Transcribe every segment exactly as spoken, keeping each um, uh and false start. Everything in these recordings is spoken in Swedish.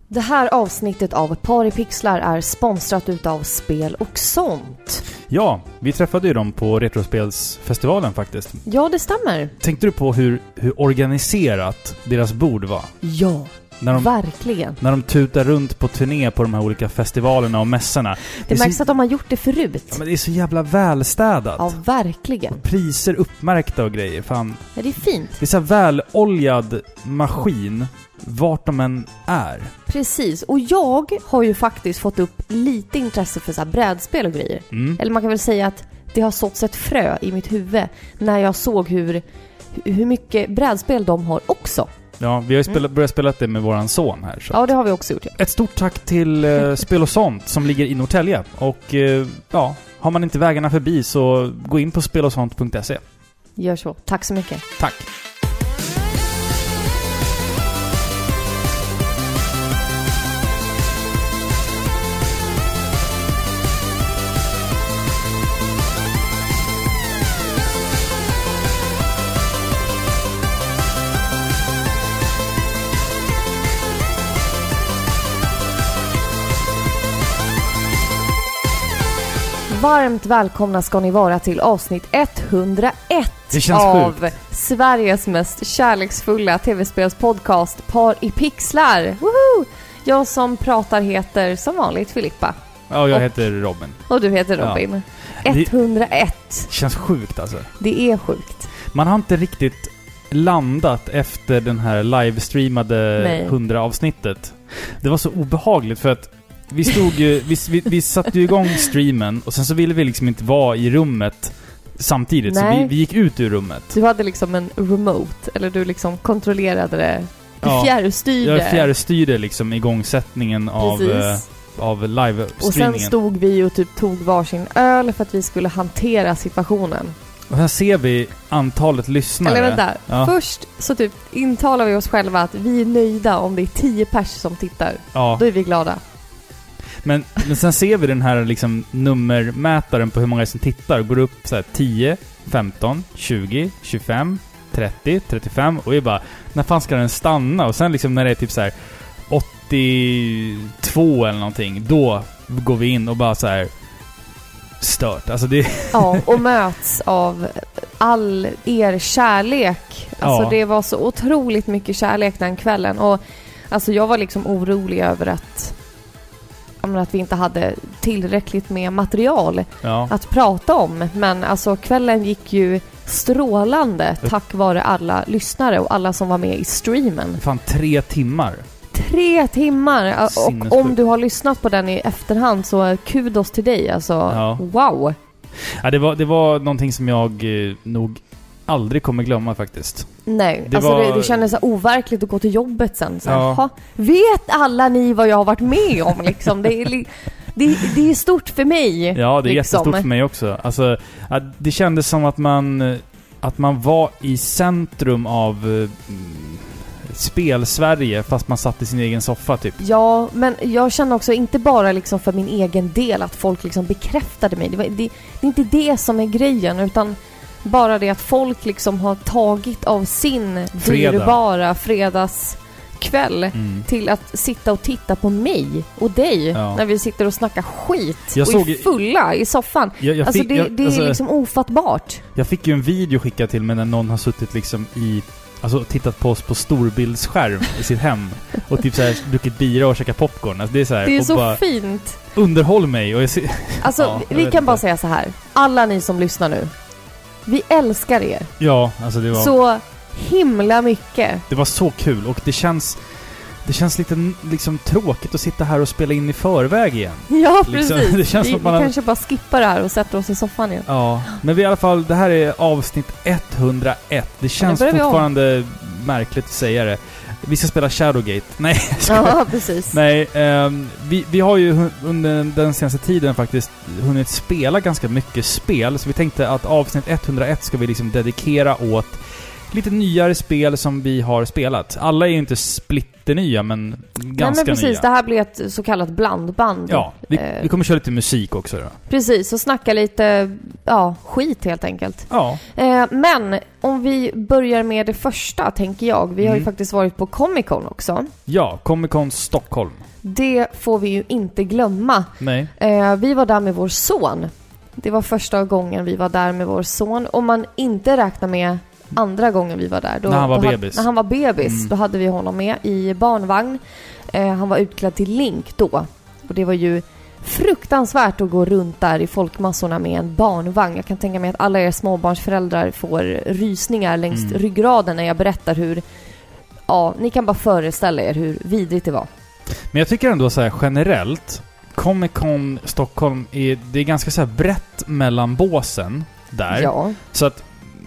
Det här avsnittet av Par i Pixlar är sponsrat utav Spel och sånt. Ja, vi träffade ju dem på Retrospelsfestivalen faktiskt. Ja, det stämmer. Tänkte du på hur, hur organiserat deras bord var? Ja, när de, verkligen. När de tutar runt på turné på de här olika festivalerna och mässorna. Det, det märks så, att de har gjort det förut. Ja, men det är så jävla välstädat. Ja, verkligen. Och priser uppmärkta och grejer. Fan. Ja, det är fint. Det är så här väloljad maskin vart de än är. Precis, och jag har ju faktiskt fått upp lite intresse för så här brädspel och grejer. Mm. Eller man kan väl säga att det har såtts ett frö i mitt huvud när jag såg hur, hur mycket brädspel de har också. Ja, vi har ju spelat, mm. börjat spela det med våran son här. Så. Ja, det har vi också gjort. Ja. Ett stort tack till uh, Spel och sånt som ligger i Norrtälje. Och uh, ja, har man inte vägarna förbi så gå in på spel och sånt punkt se. Gör så. Tack så mycket. Tack. Varmt välkomna ska ni vara till avsnitt etthundraett av sjukt. Sveriges mest kärleksfulla tv-spelspodcast Par i Pixlar. Woho! Jag som pratar heter som vanligt Filippa. Ja, jag och, heter Robin. Och du heter Robin. Ja. etthundraett. Det känns sjukt alltså. Det är sjukt. Man har inte riktigt landat efter den här livestreamade hundra avsnittet. Det var så obehagligt för att Vi stod ju, vi, vi, vi satte ju igång streamen och sen så ville vi liksom inte vara i rummet samtidigt. Nej. Så vi, vi gick ut ur rummet. Du hade liksom en remote, eller du liksom kontrollerade det. Du ja, fjärrstyrde. Jag fjärrstyrde liksom igångsättningen av, eh, av live-streamingen. Och sen stod vi och typ tog varsin öl för att vi skulle hantera situationen. Och här ser vi antalet lyssnare. Eller vänta, ja. Först så typ intalar vi oss själva att vi är nöjda om det är tio pers som tittar. Ja. Då är vi glada. Men, men sen ser vi den här liksom nummermätaren på hur många som tittar. Går upp så här tio, femton, tjugo, tjugofem, trettio, trettiofem. Och vi bara, när fan ska den stanna? Och sen liksom när det är typ så här åttiotvå eller någonting, då går vi in och bara så här stört. Alltså det... Ja, och möts av all er kärlek. Alltså ja. Det var så otroligt mycket kärlek den kvällen. Och alltså jag var liksom orolig över att att vi inte hade tillräckligt med material ja. Att prata om. Men alltså kvällen gick ju strålande tack vare alla lyssnare och alla som var med i streamen. Fan, tre timmar. Tre timmar. Och om du har lyssnat på den i efterhand så kudos till dig. Alltså, ja. Wow. Ja, det var, det var någonting som jag eh, nog aldrig kommer glömma faktiskt. Nej, det, alltså var... det, det kändes så overkligt att gå till jobbet sen. Så ja. ha, vet alla ni vad jag har varit med om? Liksom? det, är, det, det är stort för mig. Ja, det är liksom. Jättestort för mig också. Alltså, det kändes som att man, att man var i centrum av uh, spel-Sverige fast man satt i sin egen soffa typ. Ja, men jag känner också inte bara liksom för min egen del att folk liksom bekräftade mig. Det, var, det, det är inte det som är grejen, utan bara det att folk liksom har tagit av sin Fredag. dyrbara fredagskväll mm. till att sitta och titta på mig och dig ja. När vi sitter och snackar skit jag och är fulla i soffan. Jag, jag alltså fick, det, jag, det är alltså, liksom ofattbart. Jag fick ju en video skickad till mig när någon har suttit liksom i, alltså tittat på oss på storbildsskärm i sitt hem och typ så här druckit bira och käkat popcorn. Alltså det är så här, det är och så bara fint. Underhåll mig och jag ser, alltså ja, jag vi kan inte. Bara säga så här. Alla ni som lyssnar nu, vi älskar er. Ja, alltså det var så himla mycket. Det var så kul och det känns det känns lite liksom tråkigt att sitta här och spela in i förväg igen. Ja, precis. Liksom, det känns vi som att man vi har... kanske bara skippar det här och sätter oss i soffan igen. Ja, men vi i alla fall, det här är avsnitt etthundraett. Det känns ja, fortfarande märkligt att säga det. Vi ska spela Shadowgate. Nej, ja, precis. Nej, um, vi, vi har ju under den senaste tiden faktiskt hunnit spela ganska mycket spel. Så vi tänkte att avsnitt etthundraett ska vi liksom dedikera åt lite nyare spel som vi har spelat. Alla är ju inte splitternya, men ganska Nej, men precis, nya. Det här blir ett så kallat blandband. Ja, vi, eh, vi kommer köra lite musik också då. Precis, och snacka lite ja, skit helt enkelt. Ja. Eh, men om vi börjar med det första, tänker jag. Vi mm. har ju faktiskt varit på Comic Con också. Ja, Comic Con Stockholm. Det får vi ju inte glömma. Nej. Eh, vi var där med vår son. Det var första gången vi var där med vår son. Om man inte räknar med andra gången vi var där. Då, när han var då bebis. Ha, när han var bebis, mm. då hade vi honom med i barnvagn. Eh, han var utklädd till Link då. Och det var ju fruktansvärt att gå runt där i folkmassorna med en barnvagn. Jag kan tänka mig att alla er småbarnsföräldrar får rysningar längs mm. ryggraden när jag berättar hur... Ja, ni kan bara föreställa er hur vidrigt det var. Men jag tycker ändå så här generellt, Comic Con Stockholm är, det är ganska så här brett mellan båsen där. Ja. Så att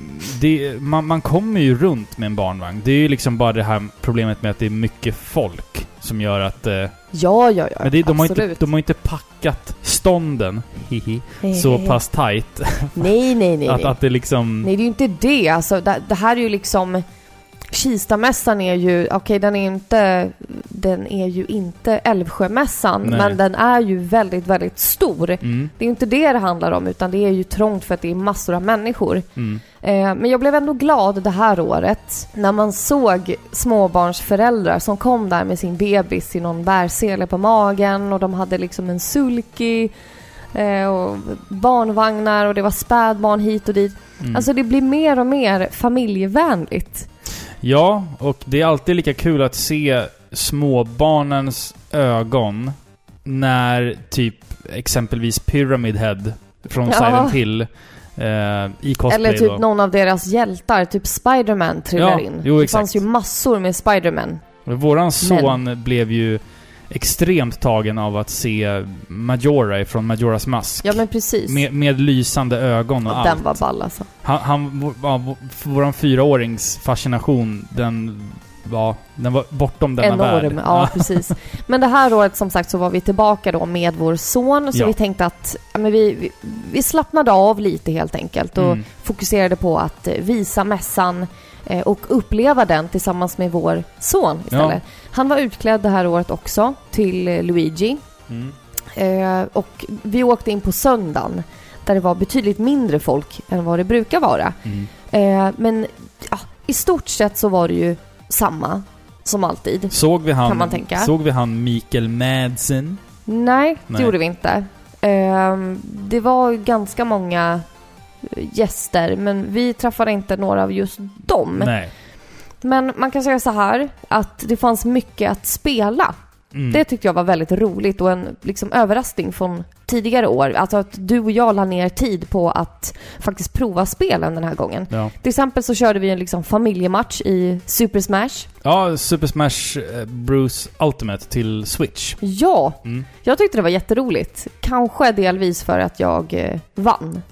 det, man, man kommer ju runt med en barnvagn. Det är ju liksom bara det här problemet med att det är mycket folk som gör att... Eh, ja, ja, ja. Men det, de, har inte, de har inte packat stånden hihi, så pass tight. Nej, nej, nej. att, att det liksom... Nej, det är ju inte det. Alltså, det, det här är ju liksom... Kistamässan är ju, okej okay, den är inte den är ju inte Älvsjömässan, nej. Men den är ju väldigt, väldigt stor. Mm. Det är inte det det handlar om, utan det är ju trångt för att det är massor av människor. Mm. Eh, men jag blev ändå glad det här året när man såg småbarnsföräldrar som kom där med sin bebis i någon bärsele på magen och de hade liksom en sulky eh, och barnvagnar och det var spädbarn hit och dit. Mm. Alltså det blir mer och mer familjevänligt. Ja, och det är alltid lika kul att se småbarnens ögon när typ exempelvis Pyramid Head från ja. Silent Hill eh, i cosplay. Eller typ då. Någon av deras hjältar, typ Spider-Man trillar ja, in. Jo, det exakt. fanns ju massor med Spider-Man. Våran son Men. blev ju extremt tagen av att se Majora från Majoras Mask. Ja, men precis. Med, med lysande ögon och ja, allt. Den var ball alltså. Han, han ja, våran fyraårings fascination, den var, den var bortom denna värld. Enorm, ja precis. Men det här året som sagt så var vi tillbaka då med vår son. Så ja. vi tänkte att ja, men vi, vi, vi slappnade av lite helt enkelt. Och mm. fokuserade på att visa mässan och uppleva den tillsammans med vår son istället. Ja. Han var utklädd det här året också till Luigi. Mm. Eh, och vi åkte in på söndagen där det var betydligt mindre folk än vad det brukar vara. Mm. Eh, men ja, i stort sett så var det ju samma som alltid. Såg vi han, kan man tänka. Såg vi han Mikael Madsen? Nej, det Nej. gjorde vi inte. Eh, det var ganska många gäster, men vi träffade inte några av just dem. Nej. Men man kan säga så här att det fanns mycket att spela. Mm. Det tyckte jag var väldigt roligt och en liksom överraskning från tidigare år. Alltså att du och jag la ner tid på att faktiskt prova spelen den här gången. Ja. Till exempel så körde vi en liksom familjematch i Super Smash. Ja, Super Smash Bros Ultimate till Switch. Ja, mm. jag tyckte det var jätteroligt. Kanske delvis för att jag eh, vann.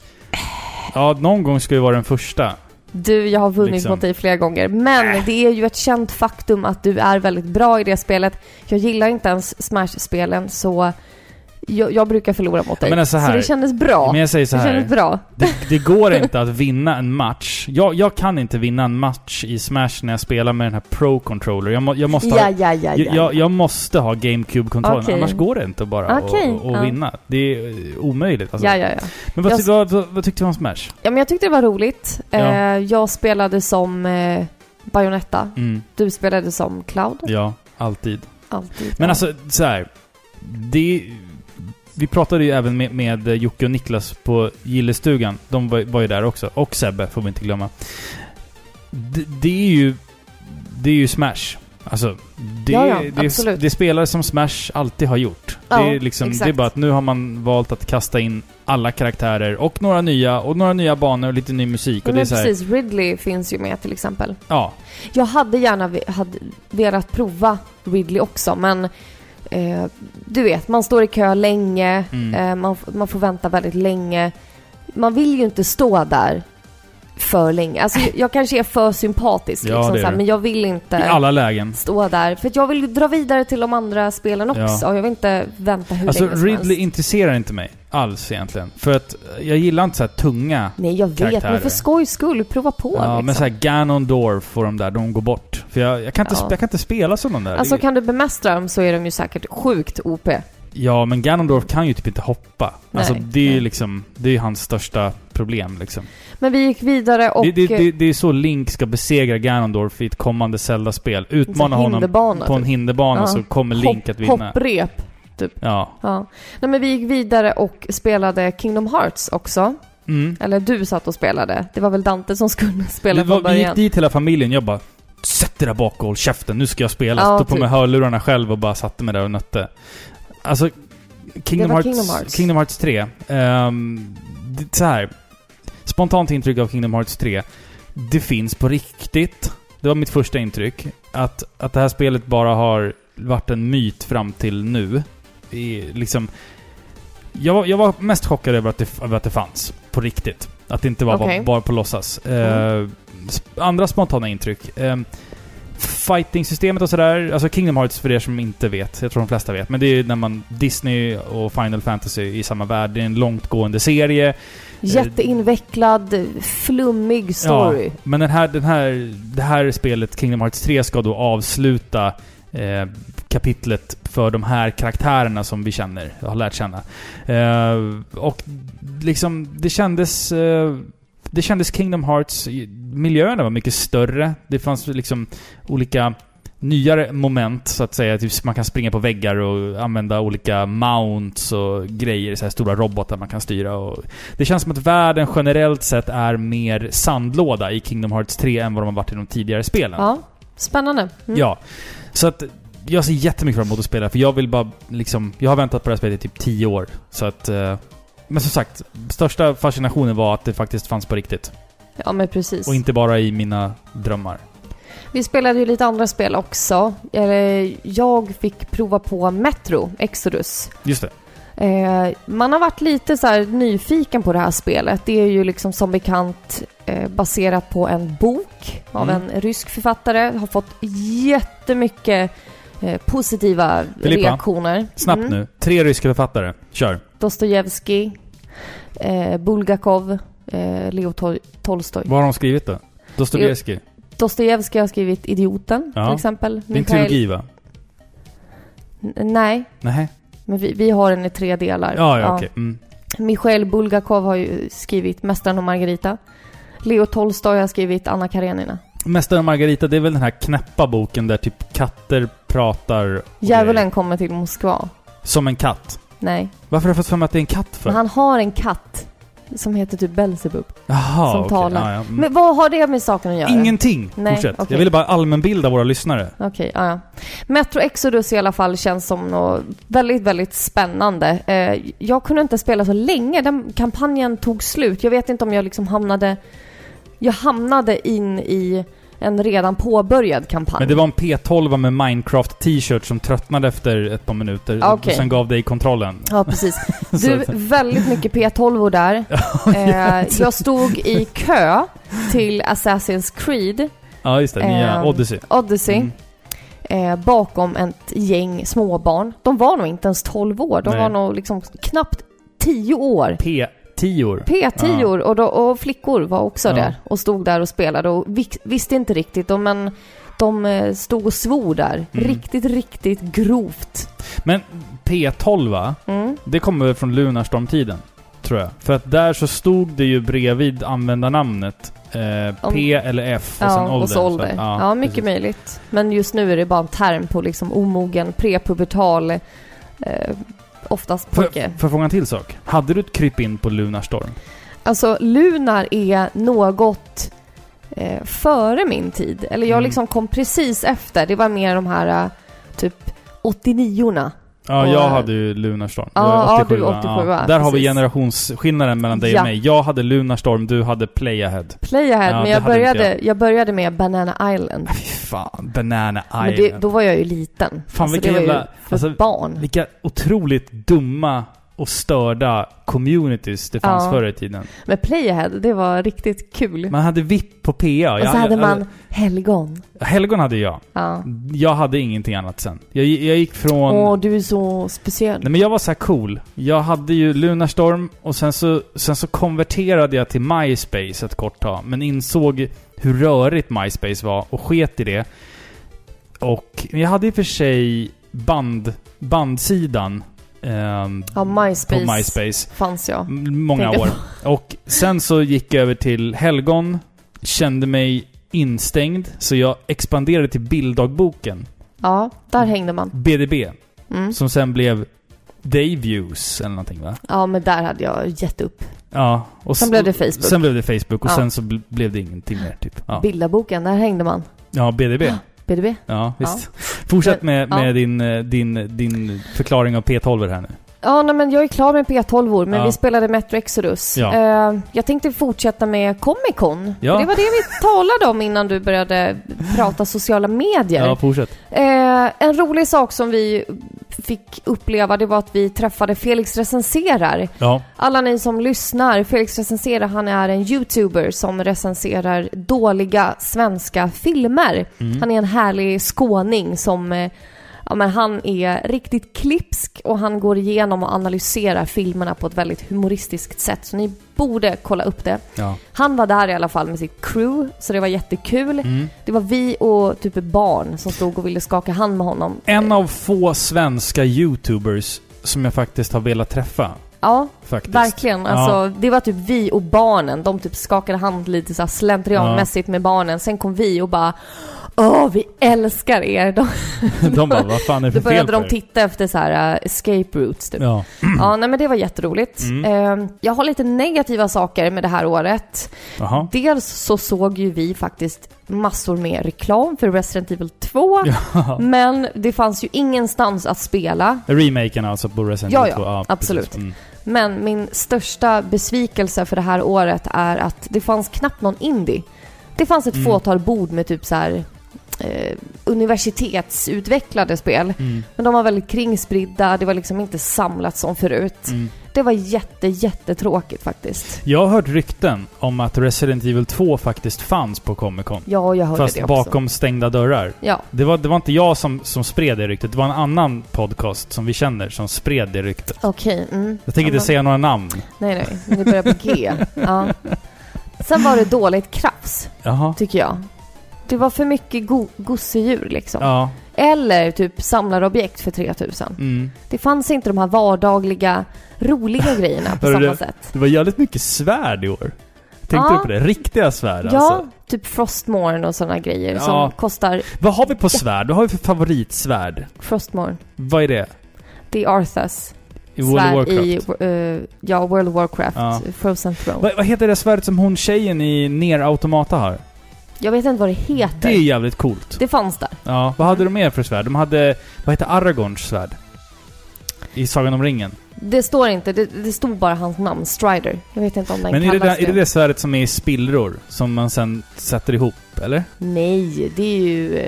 Ja, någon gång ska ju vara den första. Du, jag har vunnit liksom. mot dig flera gånger. Men äh. det är ju ett känt faktum att du är väldigt bra i det spelet. Jag gillar inte ens Smash-spelen, så jag, jag brukar förlora mot dig. Ja, så, här, så det kändes bra. Men jag säger så det här. Kändes bra. Det, det går inte att vinna en match. Jag, jag kan inte vinna en match i Smash när jag spelar med den här Pro-controller. Jag, må, jag, måste, ja, ha, ja, ja, ja. Jag, jag måste ha GameCube-kontrollen. Okay. Annars går det inte bara okay. att ja. vinna. Det är omöjligt. Alltså. Ja, ja, ja. Men vad, jag, vad, vad, vad tyckte du om Smash? Ja, men jag tyckte det var roligt. Ja. Eh, jag spelade som eh, Bayonetta. Mm. Du spelade som Cloud. Ja, alltid. alltid men ja. alltså, så här. Det... Vi pratade ju även med, med Jocke och Niklas på Gillestugan. De var, var ju där också. Och Sebbe, får vi inte glömma. Det, det är ju... Det är ju Smash. Alltså, det, ja, ja, det, är, det är spelare som Smash alltid har gjort. Ja, det, är liksom, det är bara att nu har man valt att kasta in alla karaktärer och några nya och några nya banor och lite ny musik. Och men det är så här, precis, Ridley finns ju med till exempel. Ja. Jag hade gärna hade velat prova Ridley också, men eh, du vet, man står i kö länge, mm. eh, man, man får vänta väldigt länge. Man vill ju inte stå där för länge. Alltså jag, jag kanske är för sympatisk ja, liksom, det är så här, men jag vill inte i alla lägen stå där. För att jag vill dra vidare till de andra spelen också. Ja. Jag vill inte vänta hur alltså, länge som Ridley helst. intresserar inte mig alls egentligen. För att jag gillar inte så här tunga Nej, jag vet. karaktärer. Men för skojs skull, prova på. Ja, liksom. men så här Ganondorf och de där, de går bort. För jag, jag, kan, inte, ja. jag kan inte spela som de där. Alltså kan du bemästra dem så är de ju säkert sjukt O P. Ja, men Ganondorf kan ju typ inte hoppa. Nej, alltså det är ju nej. liksom, det är hans största problem liksom. Men vi gick vidare och... Det, det, det, det är så Link ska besegra Ganondorf i ett kommande Zelda-spel. Utmana honom på en hinderbana, ja. Så kommer Link Hopp, att vinna. Hopprep, typ. Ja. ja. Nej, men vi gick vidare och spelade Kingdom Hearts också. Mm. Eller du satt och spelade. Det var väl Dante som skulle spela var, från början. Vi gick dit hela familjen. Jag bara, sätt dig där bak och håll käften. Nu ska jag spela. Ja, Stod på typ. med hörlurarna själv och bara satte mig där och nötte. Alltså, Kingdom Hearts, Kingdom Hearts. Kingdom Hearts tre. Um, det, så här. Spontant intryck av Kingdom Hearts tre. Det finns på riktigt. Det var mitt första intryck. Att, att det här spelet bara har varit en myt fram till nu. I, liksom... Jag var, jag var mest chockad över att det, över att det fanns på riktigt. Att det inte var, okay. var bara på låtsas. Mm. Uh, andra spontana intryck. Uh, Fighting-systemet och sådär. Alltså Kingdom Hearts för er som inte vet. Jag tror de flesta vet. Men det är när man Disney och Final Fantasy i samma värld. Det är en långtgående serie. Jätteinvecklad, flummig story. Ja, men den här, den här, det här spelet, Kingdom Hearts tre, ska då avsluta eh, kapitlet för de här karaktärerna som vi känner, har lärt känna. Eh, och liksom, det kändes... Eh, det kändes Kingdom Hearts... Miljöerna var mycket större. Det fanns liksom olika nyare moment, så att säga. Typ man kan springa på väggar och använda olika mounts och grejer, så här stora robotar man kan styra. Och det känns som att världen generellt sett är mer sandlåda i Kingdom Hearts tre än vad de har varit i de tidigare spelen. Ja, spännande. Mm. Ja, så att jag ser jättemycket fram emot att spela, för jag vill bara liksom... Jag har väntat på det här spelet i typ tio år. Så att... Men som sagt, största fascinationen var att det faktiskt fanns på riktigt. Ja, men precis. Och inte bara i mina drömmar. Vi spelade ju lite andra spel också. Jag fick prova på Metro Exodus. Just det. Man har varit lite så här nyfiken på det här spelet. Det är ju liksom som bekant baserat på en bok av mm. en rysk författare. Har fått jättemycket positiva Filippa, reaktioner. Snabbt mm. nu. Tre ryska författare. Kör. Dostojevskij, eh, Bulgakov, eh, Leo Tol- Tolstoj. Vad har de skrivit då? Dostojevskij? Dostojevskij har skrivit Idioten, ja. till exempel. Det är en trilogi, va? N- nej. Nej. Men vi, vi har den i tre delar. Ja, ja, ja. okej. Okay. Mm. Michail Bulgakov har ju skrivit Mästaren och Margarita. Leo Tolstoj har skrivit Anna Karenina. Mästaren och Margarita, det är väl den här knäppa boken där typ katter pratar... Djävulen kommer till Moskva. Som en katt? Nej. Varför har jag fått för mig att det är en katt för? Men han har en katt som heter typ Belzebub. Jaha, som okay. talar. Ja, ja. Mm. Men vad har det med saken att göra? Ingenting. Nej, fortsätt. okay. Jag ville bara allmänbilda våra lyssnare. Okej, okay, ja, ja. Metro Exodus i alla fall känns som något väldigt, väldigt spännande. Eh, jag kunde inte spela så länge. Den kampanjen tog slut. Jag vet inte om jag liksom hamnade... Jag hamnade in i en redan påbörjad kampanj. Men det var en P tolv med Minecraft-t-shirt som tröttnade efter ett par minuter. Okay. Och sen gav dig kontrollen. Ja, precis. Du, väldigt mycket P tolv där. eh, jag stod i kö till Assassin's Creed. Ja, just det. Nya eh, Odyssey. Odyssey. Mm. Eh, bakom ett gäng småbarn. De var nog inte ens tolv år. De Nej. var nog liksom knappt tio år. P Tior. P tio ja. och, då, och flickor var också ja. där och stod där och spelade och vi, visste inte riktigt om, men de stod och svor där. Mm. Riktigt, riktigt grovt. Men P tolv, va? Mm. Det kommer från Lunarstorm-tiden, tror jag. För att där så stod det ju bredvid användarnamnet eh, om, P eller F och ja, sen ålder. Och så ålder. Så, ja, ja, mycket precis. möjligt. Men just nu är det bara en term på liksom omogen, prepubertal eh, oftast pojke. För, för fråga en till sak. Hade du ett kryp in på Lunarstorm? Alltså, Lunar är något eh, före min tid. Eller jag mm. liksom kom precis efter. Det var mer de här uh, typ åttionio-orna. Ja, och, jag hade ju Lunarstorm. Ja, ja, du åttiosju. Ja, där precis. Har vi generationsskillnaden mellan dig ja. och mig. Jag hade Lunarstorm, du hade Playahead. Playahead, ja, men jag började, jag. jag började med Banana Island. Fy fan, Banana Island. Men det, då var jag ju liten. Fan, alltså, vilka det var jävla... ju för alltså, barn. Vilka otroligt dumma och störda communities det fanns ja. förr i tiden. Men Playhead, det var riktigt kul. Man hade V I P på P A. Och så jag, hade jag, man jag, Helgon. Helgon hade jag. Ja. Jag hade ingenting annat sen. Jag, jag gick från... Åh, du är så speciell. Nej, men jag var så här cool. Jag hade ju Lunarstorm och sen så, sen så konverterade jag till MySpace ett kort tag. Men insåg hur rörigt MySpace var och sket i det. Och jag hade i och för sig band, bandsidan Um, ja, MySpace på MySpace fanns jag. Många år. Och sen så gick jag över till Helgon. Kände mig instängd. Så jag expanderade till bilddagboken. Ja, där hängde man. B D B. Mm. Som sen blev Dayviews eller någonting, va? Ja, men där hade jag gett upp. Ja. Och sen blev det Facebook. Sen blev det Facebook. Och ja. sen så bl- blev det ingenting mer, typ. Ja. Bildaboken, där hängde man. Ja, B D B. B D B? Ja, visst. Ja. Fortsätt med, med ja. din, din, din förklaring av P tolv här nu. Ja, nej, men jag är klar med P tolv, men ja. vi spelade Metro Exodus. Ja. Uh, jag tänkte fortsätta med Comic Con. Ja. Det var det vi talade om innan du började prata sociala medier. Ja, fortsätt. Uh, en rolig sak som vi fick uppleva, det var att vi träffade Felix Recenserar. Ja. Alla ni som lyssnar, Felix Recenserar, han är en YouTuber som recenserar dåliga svenska filmer. Mm. Han är en härlig skåning som... Ja, men han är riktigt klipsk och han går igenom och analyserar filmerna på ett väldigt humoristiskt sätt. Så ni borde kolla upp det. Ja. Han var där i alla fall med sitt crew, så det var jättekul. Mm. Det var vi och typ barn som stod och ville skaka hand med honom. En av få svenska YouTubers som jag faktiskt har velat träffa. Ja, faktiskt. Verkligen. Alltså, ja. Det var typ vi och barnen. De typ skakade hand lite så här slentrianmässigt ja. med barnen. Sen kom vi och bara... Åh, vi älskar er. De, de bara, vad fan är det för fel? Då började de titta efter så här uh, escape routes typ. Ja. Ja, nej, men det var jätteroligt. Mm. Uh, jag har lite negativa saker med det här året. Aha. Dels så såg ju vi faktiskt massor med reklam för Resident Evil två. Ja. Men det fanns ju ingenstans att spela. Remaken alltså på Resident ja, Evil två. Ja, ja, absolut. Mm. Men min största besvikelse för det här året är att det fanns knappt någon indie. Det fanns ett mm. fåtal bord med typ så här eh, universitetsutvecklade spel. Mm. Men de var väldigt kringspridda. Det var liksom inte samlat som förut. Mm. Det var jätte, jättetråkigt faktiskt. Jag har hört rykten om att Resident Evil två faktiskt fanns på Comic Con. Ja, jag hörde fast det också. Fast bakom stängda dörrar. Ja. Det var, det var inte jag som, som spred det ryktet. Det var en annan podcast som vi känner som spred det ryktet. Okej. Okay, mm. Jag tänker ja, inte säga några namn. Nej, nej. Men det börjar på G. Ja. Sen var det dåligt krafts, Jaha. tycker jag. Det var för mycket go- gosedjur liksom. Ja. Eller typ samlarobjekt för tre tusen. Mm. Det fanns inte de här vardagliga, roliga grejerna på samma det, sätt. Det var jävligt mycket svärd i år. Tänkte ja. du på det? Riktiga svärd ja, alltså. Typ Frostmourne och sådana grejer ja. som kostar... Vad har vi på svärd? Vad har vi för favoritsvärd? Frostmourne. Vad är det? Det är Arthas. I World of Warcraft. I, uh, ja, World of Warcraft. Ja. Frozen Throne. Va, vad heter det svärdet som hon tjejen i Nier Automata har? Jag vet inte vad det heter. Det är jävligt coolt. Det fanns där. Ja, vad hade de mer för svärd? De hade, vad heter Aragorns svärd? I Sagan om ringen. Det står inte, det, det stod bara hans namn, Strider. Jag vet inte om den Men kallas är det, där, det. är det det svärdet som är i spillror? Som man sen sätter ihop, eller? Nej, det är ju...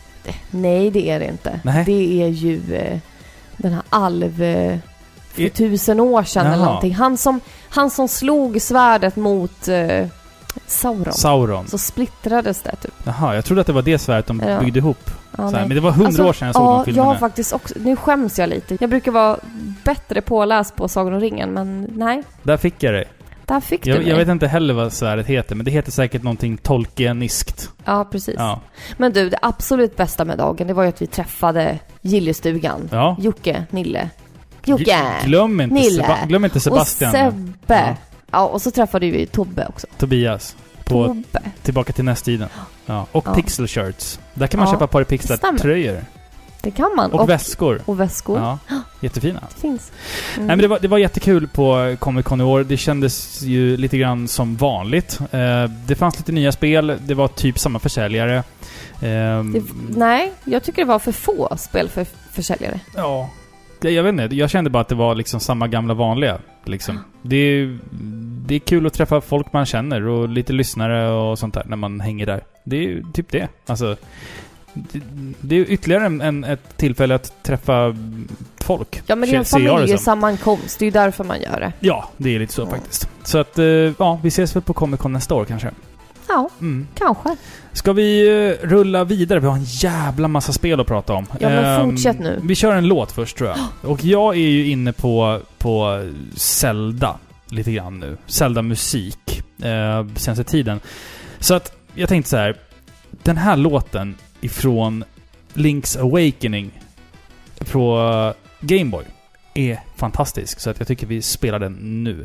Nej, det är det inte. Nej. Det är ju den här alv... för I, tusen år sedan jaha. eller någonting. Han som, han som slog svärdet mot uh, Sauron. Sauron. Så splittrades det typ. Jaha, jag trodde att det var det svärdet de ja. byggde ihop. Ja, men det var hundra alltså, år sedan jag såg ja, de filmerna. Ja, faktiskt också. Nu skäms jag lite. Jag brukar vara bättre påläst på Sagan om ringen, men nej. Där fick jag det. Där fick jag, du mig. Jag vet inte heller vad svärdet heter, men det heter säkert någonting tolkieniskt. Ja, precis. Ja. Men du, det absolut bästa med dagen, det var ju att vi träffade Gillestugan. Ja. Jocke, Nille. Jocke, glöm inte, Seba- glöm inte Sebastian. Och Sebbe. Ja. Ja, och så träffade vi Tobbe också. Tobias. På Tobbe. Tillbaka till nästtiden. Ja. Och ja. Pixel shirts. Där kan man ja. köpa ett par pixlar-tröjor. Det kan man. Och, och väskor. Och väskor. Ja, jättefina. Det finns. Mm. Nej, men det var, det var jättekul på Comic Con i år. Det kändes ju lite grann som vanligt. Eh, det fanns lite nya spel. Det var typ samma försäljare. Eh, det, nej, jag tycker det var för få spel för försäljare. Ja. Jag, jag vet inte. Jag kände bara att det var liksom samma gamla vanliga. Liksom. Det är, det är kul att träffa folk man känner och lite lyssnare och sånt där när man hänger där. Det är ju typ det. Alltså... Det, det är ytterligare en, en, ett tillfälle att träffa folk. Ja, men det är en familjesammankomst. Det är ju därför man gör det. Ja, det är lite så ja. faktiskt. Så att, ja, vi ses väl på Comic Con nästa år kanske. Ja, mm. kanske. Ska vi uh, rulla vidare? Vi har en jävla massa spel att prata om. Ja, men um, fortsätt nu. Vi kör en låt först, tror jag. Och jag är ju inne på, på Zelda lite grann nu. Zelda-musik uh, senaste tiden. Så att jag tänkte så här. Den här låten ifrån Link's Awakening på uh, Game Boy är fantastisk. Så att jag tycker vi spelar den nu.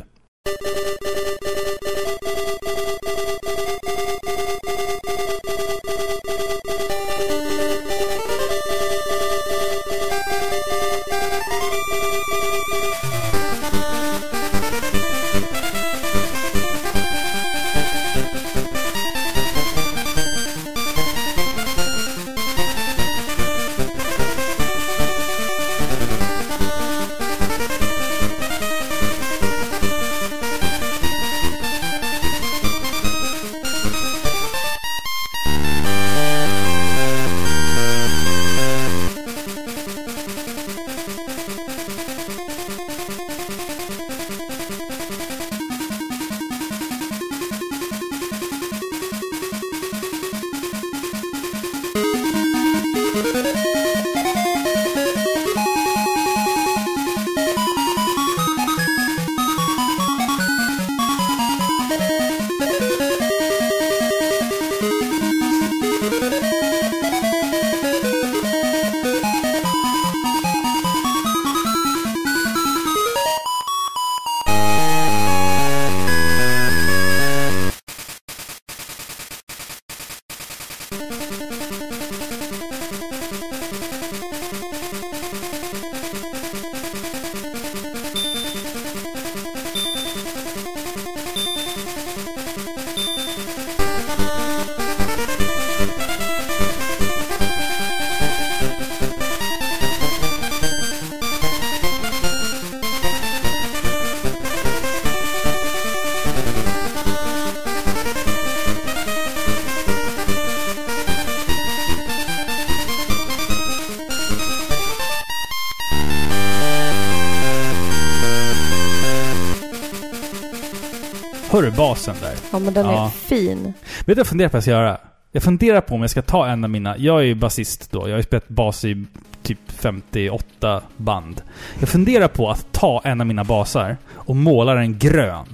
Hörru basen där. Ja, men den ja. är fin. Vet du vad jag funderar på att göra? Jag funderar på om jag ska ta en av mina... Jag är ju basist då. Jag har ju spelat bas i typ femtioåtta band. Jag funderar på att ta en av mina basar och måla den grön.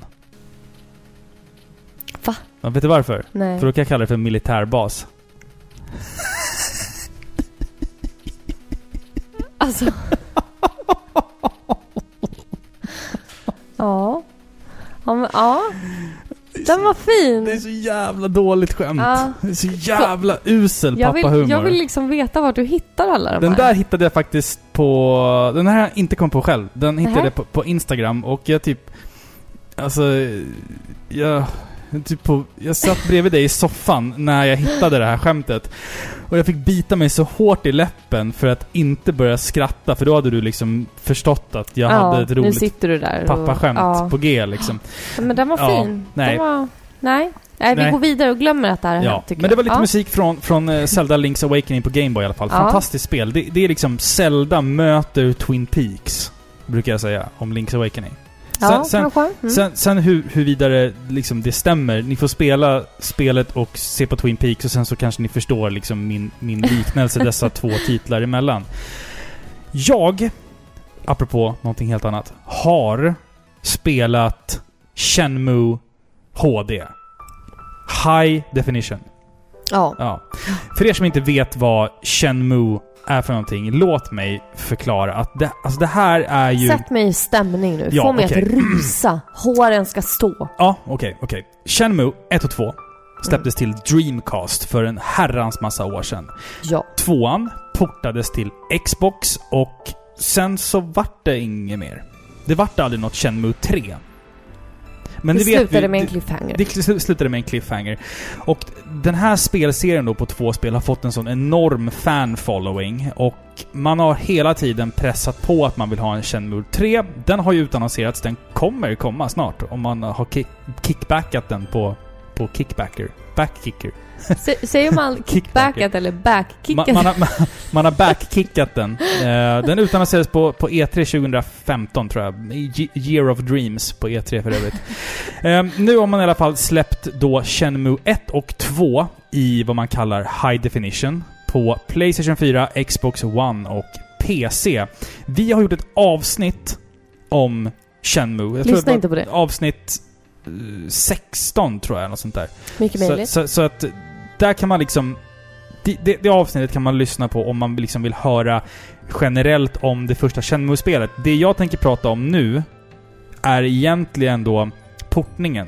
Va? Men vet du varför? Nej. För då kan jag kalla det för militärbas. Alltså... ja... Ja, men, ja. Den var fin. Det är så jävla dåligt skämt. Ja. Det är så jävla usel jag vill, pappahumor. Jag vill liksom veta var du hittar alla de Den här. där hittade jag faktiskt på... Den här har jag inte kommit på själv. Den hittade jag på, på Instagram. Och jag typ... Alltså... Jag... Typ på, jag satt bredvid dig i soffan när jag hittade det här skämtet. Och jag fick bita mig så hårt i läppen för att inte börja skratta. För då hade du liksom förstått att jag ja, hade ett roligt nu sitter du där pappaskämt och, ja. på G liksom. Ja, men den var ja, fin. Nej. Den var, nej. Nej, vi nej. går vidare och glömmer att det här ja. här, tycker Men det var lite ja. musik från, från uh, Zelda Link's Awakening på Game Boy i alla fall. Ja. Fantastiskt spel. Det, det är liksom Zelda möter Twin Peaks, brukar jag säga, om Link's Awakening. Sen, ja, sen, mm. sen, sen hur, hur vidare liksom det stämmer. Ni får spela spelet och se på Twin Peaks och sen så kanske ni förstår liksom min, min liknelse dessa två titlar emellan. Jag, apropå någonting helt annat, har spelat Shenmue H D. High Definition. Ja. ja. För er som inte vet vad Shenmue är för någonting, låt mig förklara att det, alltså det här är ju... Sätt mig i stämning nu. Ja, Få mig okay. att rusa. Håren ska stå. Ja, okej, okay, okej. Okay. Shenmue ett och två släpptes mm. till Dreamcast för en herrans massa år sedan. Ja. Tvåan portades till Xbox och sen så vart det inget mer. Det vart aldrig något Shenmue tre. Men det, det vet slutade vi, med en cliffhanger. Det, det slutade med en cliffhanger. Och den här spelserien då på två spel har fått en sån enorm fan-following. Och man har hela tiden pressat på att man vill ha en Shenmue tre. Den har ju utannonserats. Den kommer komma snart. Om man har kick, kickbackat den på, på Kickbacker. Backkicker. S- säger man kickbackat eller backkickat? Man, man, har, man, man har backkickat den. Uh, den utannonserades på, på E tre tjugohundrafemton tror jag. Year of Dreams på E tre för övrigt. uh, nu har man i alla fall släppt då Shenmue ett och två i vad man kallar High Definition på PlayStation fyra, Xbox One och P C. Vi har gjort ett avsnitt om Shenmue. Jag tror Lyssna inte på det. Avsnitt sexton tror jag, något sånt där. Mycket möjligt. Så, så, så att där kan man liksom... Det, det, det avsnittet kan man lyssna på om man liksom vill höra generellt om det första Shenmue-spelet. Det jag tänker prata om nu är egentligen då portningen.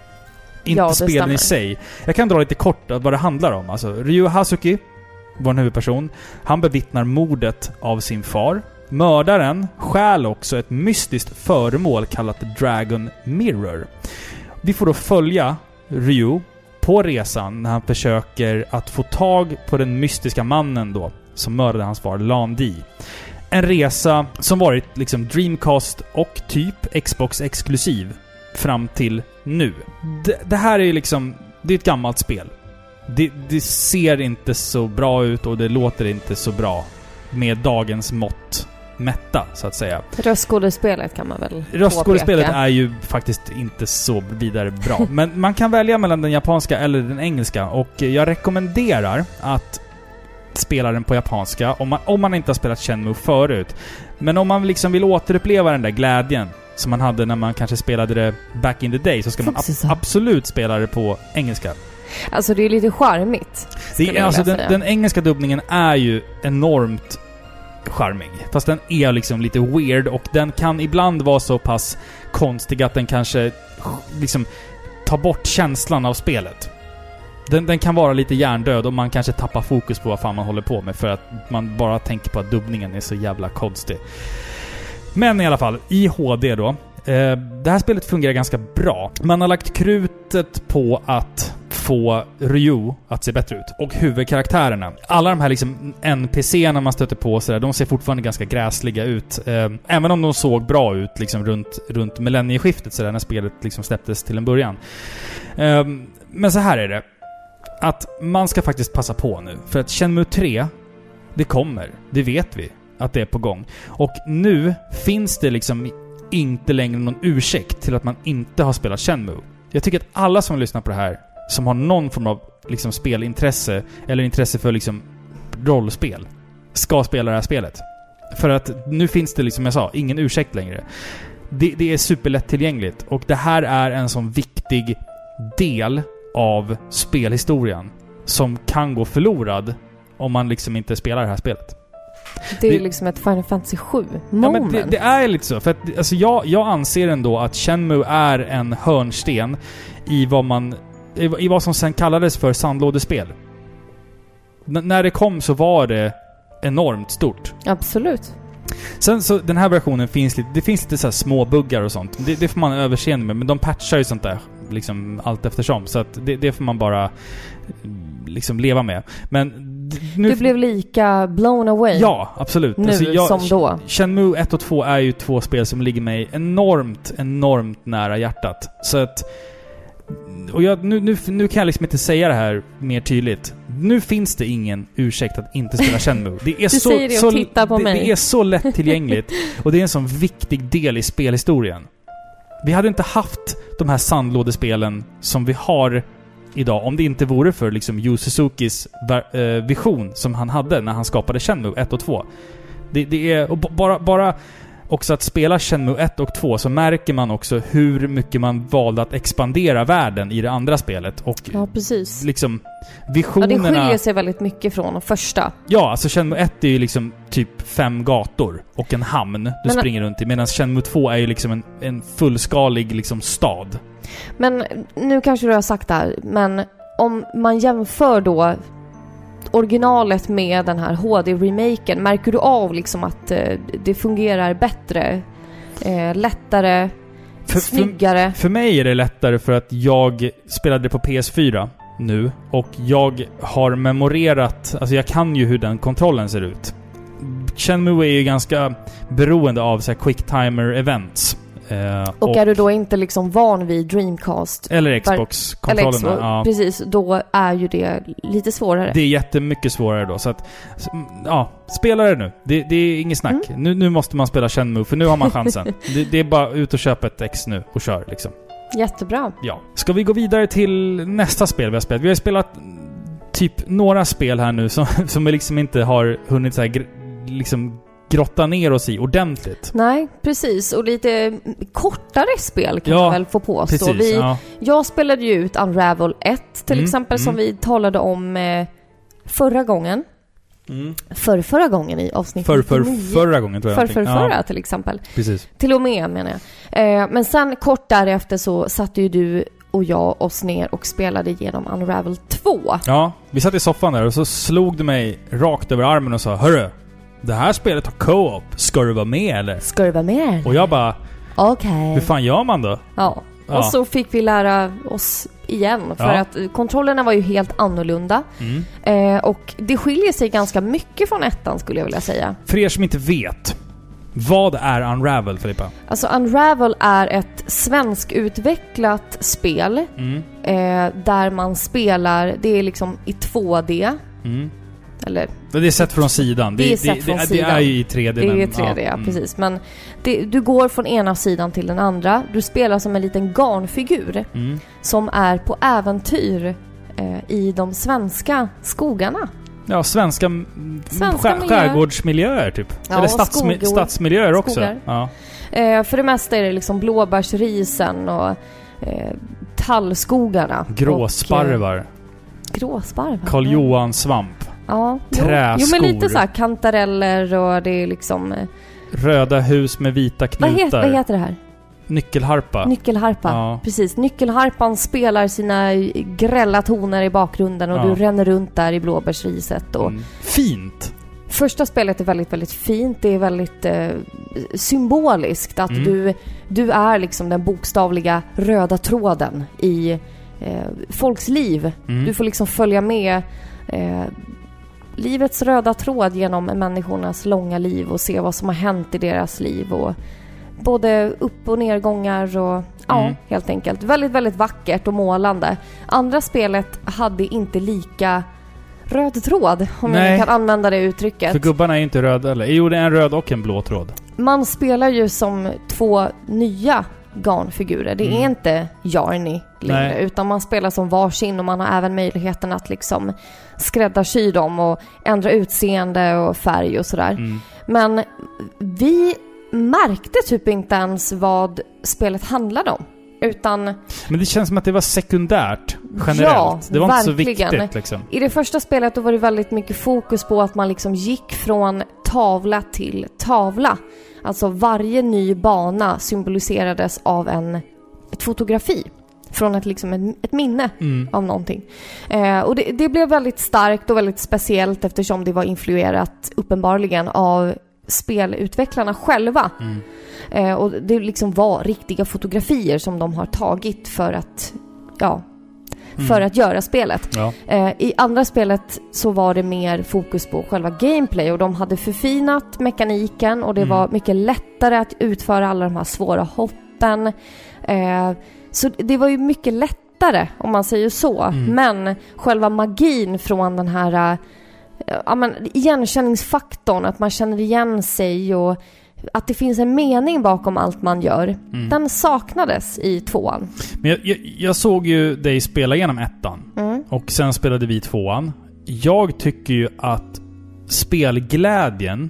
Inte ja, spelen stämmer. i sig. Jag kan dra lite kort vad det handlar om. Alltså, Ryu Hazuki, vår huvudperson, han bevittnar mordet av sin far. Mördaren stjäl också ett mystiskt föremål kallat Dragon Mirror. Vi får då följa Ryu på resan när han försöker att få tag på den mystiska mannen då som mördade hans far, Lan Di. En resa som varit liksom Dreamcast och typ Xbox exklusiv fram till nu. Det, det här är ju liksom, det är ett gammalt spel. Det, det ser inte så bra ut och det låter inte så bra med dagens mått mätta, så att säga. Röstskådespelet kan man väl Röstskådespelet påpeka. är ju faktiskt inte så vidare bra. Men man kan välja mellan den japanska eller den engelska. Och jag rekommenderar att spela den på japanska om man, om man inte har spelat Shenmue förut. Men om man liksom vill återuppleva den där glädjen som man hade när man kanske spelade det back in the day, så ska man ab- absolut spela det på engelska. Alltså det är lite charmigt. Det är, alltså den, den engelska dubbningen är ju enormt charmig. Fast den är liksom lite weird och den kan ibland vara så pass konstig att den kanske liksom tar bort känslan av spelet. Den, den kan vara lite hjärndöd och man kanske tappar fokus på vad fan man håller på med för att man bara tänker på att dubbningen är så jävla konstig. Men i alla fall, i H D då. Eh, det här spelet fungerar ganska bra. Man har lagt krutet på att få Ryu att se bättre ut. Och huvudkaraktärerna. Alla de här liksom N P C-erna man stöter på så där, de ser fortfarande ganska gräsliga ut. Eh, även om de såg bra ut liksom runt, runt millennieskiftet så där, när spelet liksom släpptes till en början. Eh, men så här är det. Att man ska faktiskt passa på nu. För att Shenmue tre, det kommer. Det vet vi att det är på gång. Och nu finns det liksom inte längre någon ursäkt till att man inte har spelat Shenmue. Jag tycker att alla som lyssnar på det här, som har någon form av liksom spelintresse eller intresse för liksom rollspel, ska spela det här spelet. För att nu finns det, liksom jag sa, ingen ursäkt längre. Det, det är superlättillgängligt. Och det här är en sån viktig del av spelhistorien som kan gå förlorad om man liksom inte spelar det här spelet. Det är det, liksom ett Final Fantasy sju moment. Ja, men det, det är lite så. För att, alltså jag, jag anser ändå att Shenmue är en hörnsten i vad man i, i vad som sen kallades för sandlådespel. N- när det kom så var det enormt stort. Absolut. Sen så, den här versionen finns lite, det finns lite så här små buggar och sånt. Det, det får man överseende med, men de patchar ju sånt där liksom allt eftersom. Så att det, det får man bara liksom leva med. Men nu, du blev lika blown away. Ja, absolut. Nu alltså jag, som då. Shenmue ett och två är ju två spel som ligger mig enormt, enormt nära hjärtat. Så att... Och jag, nu, nu, nu kan jag liksom inte säga det här mer tydligt. Nu finns det ingen ursäkt att inte spela Shenmue. Det är du så, säger det så, och titta på det, mig. Det är så lättillgängligt. Och det är en sån viktig del i spelhistorien. Vi hade inte haft de här sandlådespelen som vi har idag om det inte vore för liksom Yu Suzukis äh, vision som han hade när han skapade Shenmue ett och två. Det, det är och b- bara, bara också att spela Shenmue ett och två så märker man också hur mycket man valde att expandera världen i det andra spelet. Och ja, precis. Liksom visionerna... Ja, det skiljer sig väldigt mycket från de första. Ja, alltså Shenmue ett är ju liksom typ fem gator och en hamn du men, springer runt i. Medan Shenmue två är ju liksom en, en fullskalig liksom stad. Men nu kanske du har sagt det här, men om man jämför då originalet med den här H D-remaken, märker du av liksom att eh, det fungerar bättre, eh, lättare, för, snyggare? För, för mig är det lättare för att jag spelade det på P S fyra nu och jag har memorerat, alltså jag kan ju hur den kontrollen ser ut. Shenmue är ju ganska beroende av så här quick timer events. Eh, och, och är du då inte liksom van vid Dreamcast eller Xbox-kontrollerna, eller ja. Precis, då är ju det lite svårare. Det är jättemycket svårare då. Så att, ja, spela det nu. Det, det är inget snack. Mm. Nu, nu måste man spela Shenmue, för nu har man chansen. det, det är bara ut och köpa ett X nu och kör liksom. Jättebra. Ja. Ska vi gå vidare till nästa spel vi har spelat? Vi har spelat typ några spel här nu som, som vi liksom inte har hunnit så här, liksom grotta ner oss i ordentligt. Nej, precis. Och lite kortare spel kan ja, man väl få påstå. Precis, vi, ja. Jag spelade ju ut Unravel ett till mm, exempel mm. som vi talade om eh, förra gången. Mm. För förra gången i avsnitt för, för, förra gången tror jag. För, för förra ja. till exempel. Precis. Till och med menar jag. Eh, men sen kort därefter så satte ju du och jag oss ner och spelade igenom Unravel två. Ja, vi satt i soffan där och så slog du mig rakt över armen och sa: hörru, det här spelet har co-op. Ska du vara med eller? Ska du vara med eller? Och jag bara, okej. Okay. Hur fan gör man då? Ja. ja. Och så fick vi lära oss igen. För ja. att kontrollerna var ju helt annorlunda. Mm. Eh, och det skiljer sig ganska mycket från ettan skulle jag vilja säga. För er som inte vet, vad är Unravel, Filippa? Alltså Unravel är ett svenskutvecklat spel. Mm. Eh, där man spelar, det är liksom i två D. Mm. Eller, det är sett från sidan. Det, det, är sett det, från det, sidan. Det är ju i tre D. Det men, är tre D, ja, mm. precis. Men det, du går från ena sidan till den andra. Du spelar som en liten garnfigur mm. som är på äventyr eh, i de svenska skogarna. Ja, svenska, svenska skär, skärgårdsmiljöer typ. Ja, eller stadsmi- skogor, stadsmiljöer också. skogar. Ja. Eh, för det mesta är det liksom blåbärsrisen och eh, tallskogarna. Gråsparvar. Och, eh, gråsparvar. Karl Johan svamp. Ja. Träskor. Jo, men lite så här kantareller och det är liksom... Eh, röda hus med vita knutar. Vad heter, vad heter det här? Nyckelharpa. Nyckelharpa, ja. Precis. Nyckelharpan spelar sina grälla toner i bakgrunden och ja. Du ränner runt där i blåbärsriset. Och mm. Fint! Första spelet är väldigt, väldigt fint. Det är väldigt eh, symboliskt att mm. du, du är liksom den bokstavliga röda tråden i eh, folks liv. Mm. Du får liksom följa med eh, livets röda tråd genom människornas långa liv och se vad som har hänt i deras liv och både upp- och nedgångar och ja, mm. helt enkelt. Väldigt, väldigt vackert och målande. Andra spelet hade inte lika röd tråd, om Nej. jag kan använda det uttrycket. För gubbarna är inte röda, eller? Jo, det är en röd och en blå tråd. Man spelar ju som två nya garnfigurer. Det mm. är inte Jarny längre, Nej. utan man spelar som varsin och man har även möjligheten att liksom skräddarsy dem och ändra utseende och färg och sådär. Mm. Men vi märkte typ inte ens vad spelet handlade om. Utan... Men det känns som att det var sekundärt generellt. Ja, det var verkligen. inte så viktigt liksom. I det första spelet då var det väldigt mycket fokus på att man liksom gick från tavla till tavla. Alltså varje ny bana symboliserades av en, ett fotografi. Från ett, liksom ett, ett minne mm. av någonting. Eh, och det, det blev väldigt starkt och väldigt speciellt eftersom det var influerat uppenbarligen av spelutvecklarna själva. Mm. Eh, och det liksom var riktiga fotografier som de har tagit för att ja, mm. för att göra spelet. Ja. Eh, I andra spelet så var det mer fokus på själva gameplay och de hade förfinat mekaniken och det mm. var mycket lättare att utföra alla de här svåra hoppen. Eh, så det var ju mycket lättare om man säger så. Mm. Men själva magin från den här ja, men igenkänningsfaktorn, att man känner igen sig och att det finns en mening bakom allt man gör, mm. den saknades i tvåan. Men jag, jag, jag såg ju dig spela igenom ettan mm. och sen spelade vi tvåan. Jag tycker ju att spelglädjen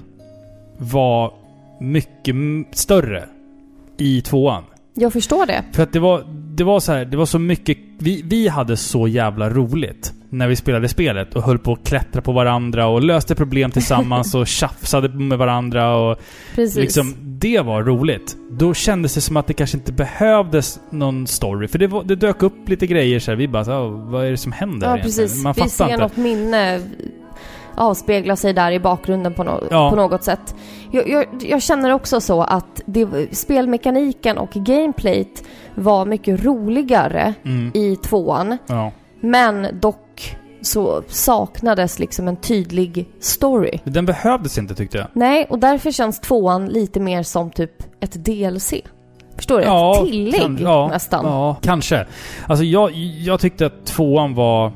var mycket m- större i tvåan. Jag förstår det. För att det var, det var så här, det var så mycket... Vi, vi hade så jävla roligt när vi spelade spelet och höll på att klättra på varandra och löste problem tillsammans och tjafsade med varandra och precis. Liksom, det var roligt. Då kändes det som att det kanske inte behövdes någon story. För det, var, det dök upp lite grejer så här. Vi bara, så, vad är det som händer ja, egentligen? Precis. Man vi ser inte. Något minne avspegla sig där i bakgrunden på, no- ja. på något sätt. Jag, jag, jag känner också så att det, spelmekaniken och gameplayt var mycket roligare mm. i tvåan. Ja. Men dock så saknades liksom en tydlig story. Den behövdes inte tyckte jag. Nej, och därför känns tvåan lite mer som typ ett D L C. Förstår du? Ja, ett tillägg kan, ja, nästan. Ja, kanske. Alltså jag, jag tyckte att tvåan var...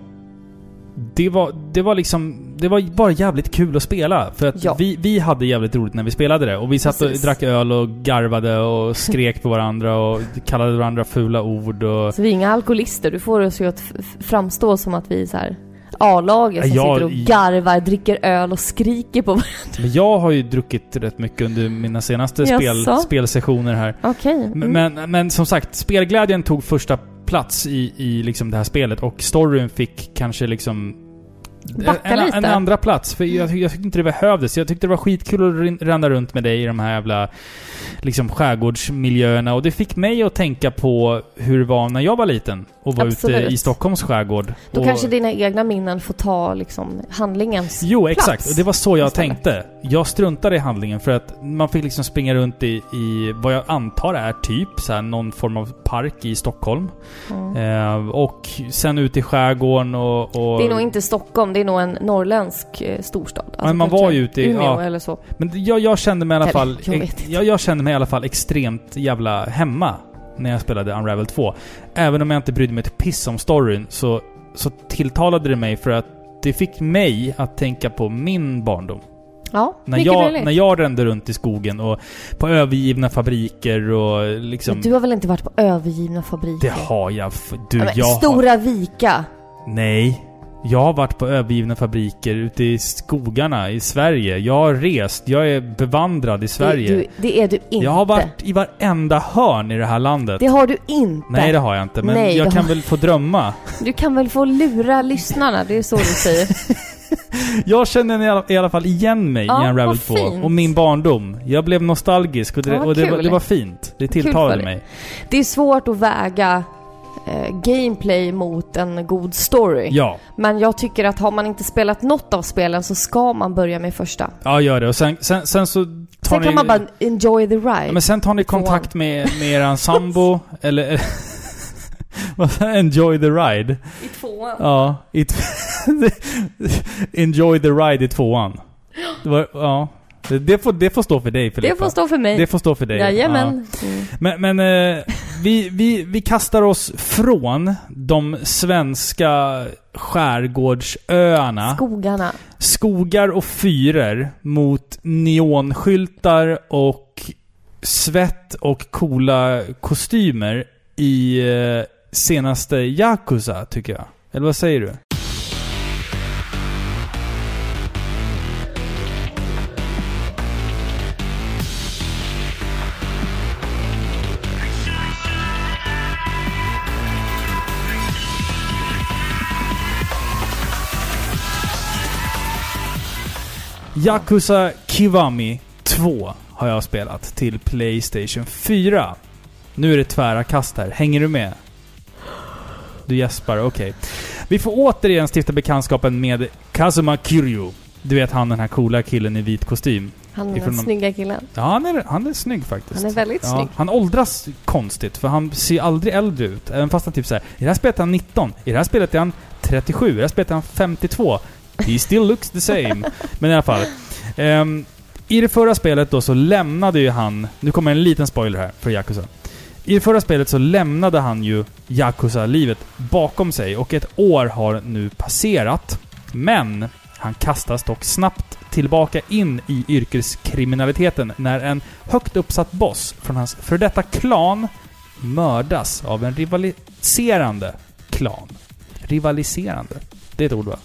Det var, det var liksom... Det var bara jävligt kul att spela. För att ja. vi, vi hade jävligt roligt när vi spelade det. Och vi satt Precis. och drack öl och garvade och skrek på varandra och kallade varandra fula ord. Och... Så vi är inga alkoholister. Du får oss ju att f- framstå som att vi är så här... A-laget som jag, sitter och garvar, dricker öl och skriker på varandra. Men jag har ju druckit rätt mycket under mina senaste spel, spelsessioner här. Okej. Okay. Mm. Men, men som sagt, spelglädjen tog första plats i, i liksom det här spelet. Och storyn fick kanske liksom... En, en andra plats. För jag, jag tyckte inte det behövdes. Jag tyckte det var skitkul att ränna runt med dig i de här jävla liksom skärgårdsmiljöerna. Och det fick mig att tänka på hur det var när jag var liten. Och var Absolut. ute i Stockholms skärgård. Då och kanske dina egna minnen får ta liksom handlingens Jo, plats. exakt. Och det var så jag istället. tänkte. Jag struntade i handlingen för att man fick liksom springa runt i, i vad jag antar är typ så här, någon form av park i Stockholm. Mm. Eh, och sen ut i skärgården och, och... Det är nog inte Stockholm, det är nog en norrländsk eh, storstad. Alltså men man var ju ute i... Umeå ja, eller så. Men jag, jag kände mig i alla eller, fall... Jag, ex, jag, jag kände mig i alla fall extremt jävla hemma när jag spelade Unravel två. Även om jag inte brydde mig ett piss om storyn så, så tilltalade det mig för att det fick mig att tänka på min barndom. Ja, när jag, när jag rände runt i skogen och på övergivna fabriker och liksom... Men du har väl inte varit på övergivna fabriker? Det har jag. Du, ja, jag Stora har... Vika. Nej. Jag har varit på övergivna fabriker ute i skogarna i Sverige. Jag har rest. Jag är bevandrad i Sverige. Det, du, det är du inte. Jag har varit i varenda hörn i det här landet. Det har du inte. Nej, det har jag inte. Men Nej, jag kan har... väl få drömma. Du kan väl få lura lyssnarna. Det är så du säger. Jag känner i alla, i alla fall igen mig ja, i Unravel två. Och min barndom. Jag blev nostalgisk och det, ja, och det, var, det var fint. Det tilltalade mig. Det är svårt att väga eh, gameplay mot en god story. Ja. Men jag tycker att har man inte spelat något av spelen så ska man börja med första. Ja, gör det. Och sen, sen, sen så tar sen ni... kan man bara enjoy the ride. Ja, men sen tar ni kontakt med, med eran sambo eller... Enjoy the ride. I tvåan. Ja. I t- Enjoy the ride i tvåan. Det var, ja. Det får, det får stå för dig, Filippa. Det får stå för mig. Det får stå för dig. Jajamän. Ja. Mm. Men, men eh, vi, vi, vi kastar oss från de svenska skärgårdsöarna. Skogarna. Skogar och fyrer mot neonskyltar och svett och coola kostymer i eh, senaste Yakuza, tycker jag. Eller vad säger du? Yakuza Kiwami två har jag spelat till PlayStation fyra. Nu är det tvära kast här. Hänger du med? Du gäspar, okej. Okay. Vi får återigen stifta bekantskapen med Kazuma Kiryu. Du vet han, den här coola killen i vit kostym. Han är den någon... snygga killen. Ja, han är, han är snygg faktiskt. Han är väldigt ja, snygg. Han åldras konstigt, för han ser aldrig äldre ut. Även fast han typ såhär, i det här spelet är han nitton. I det här spelet är han trettiosju. I det här spelet är han femtiotvå. He still looks the same. Men i alla fall. Um, I det förra spelet då så lämnade ju han... Nu kommer en liten spoiler här för Yakuza. I det förra spelet så lämnade han ju Yakuza-livet bakom sig och ett år har nu passerat. Men han kastas dock snabbt tillbaka in i yrkeskriminaliteten när en högt uppsatt boss från hans för detta klan mördas av en rivaliserande klan. Rivaliserande. Det är ett ord, va?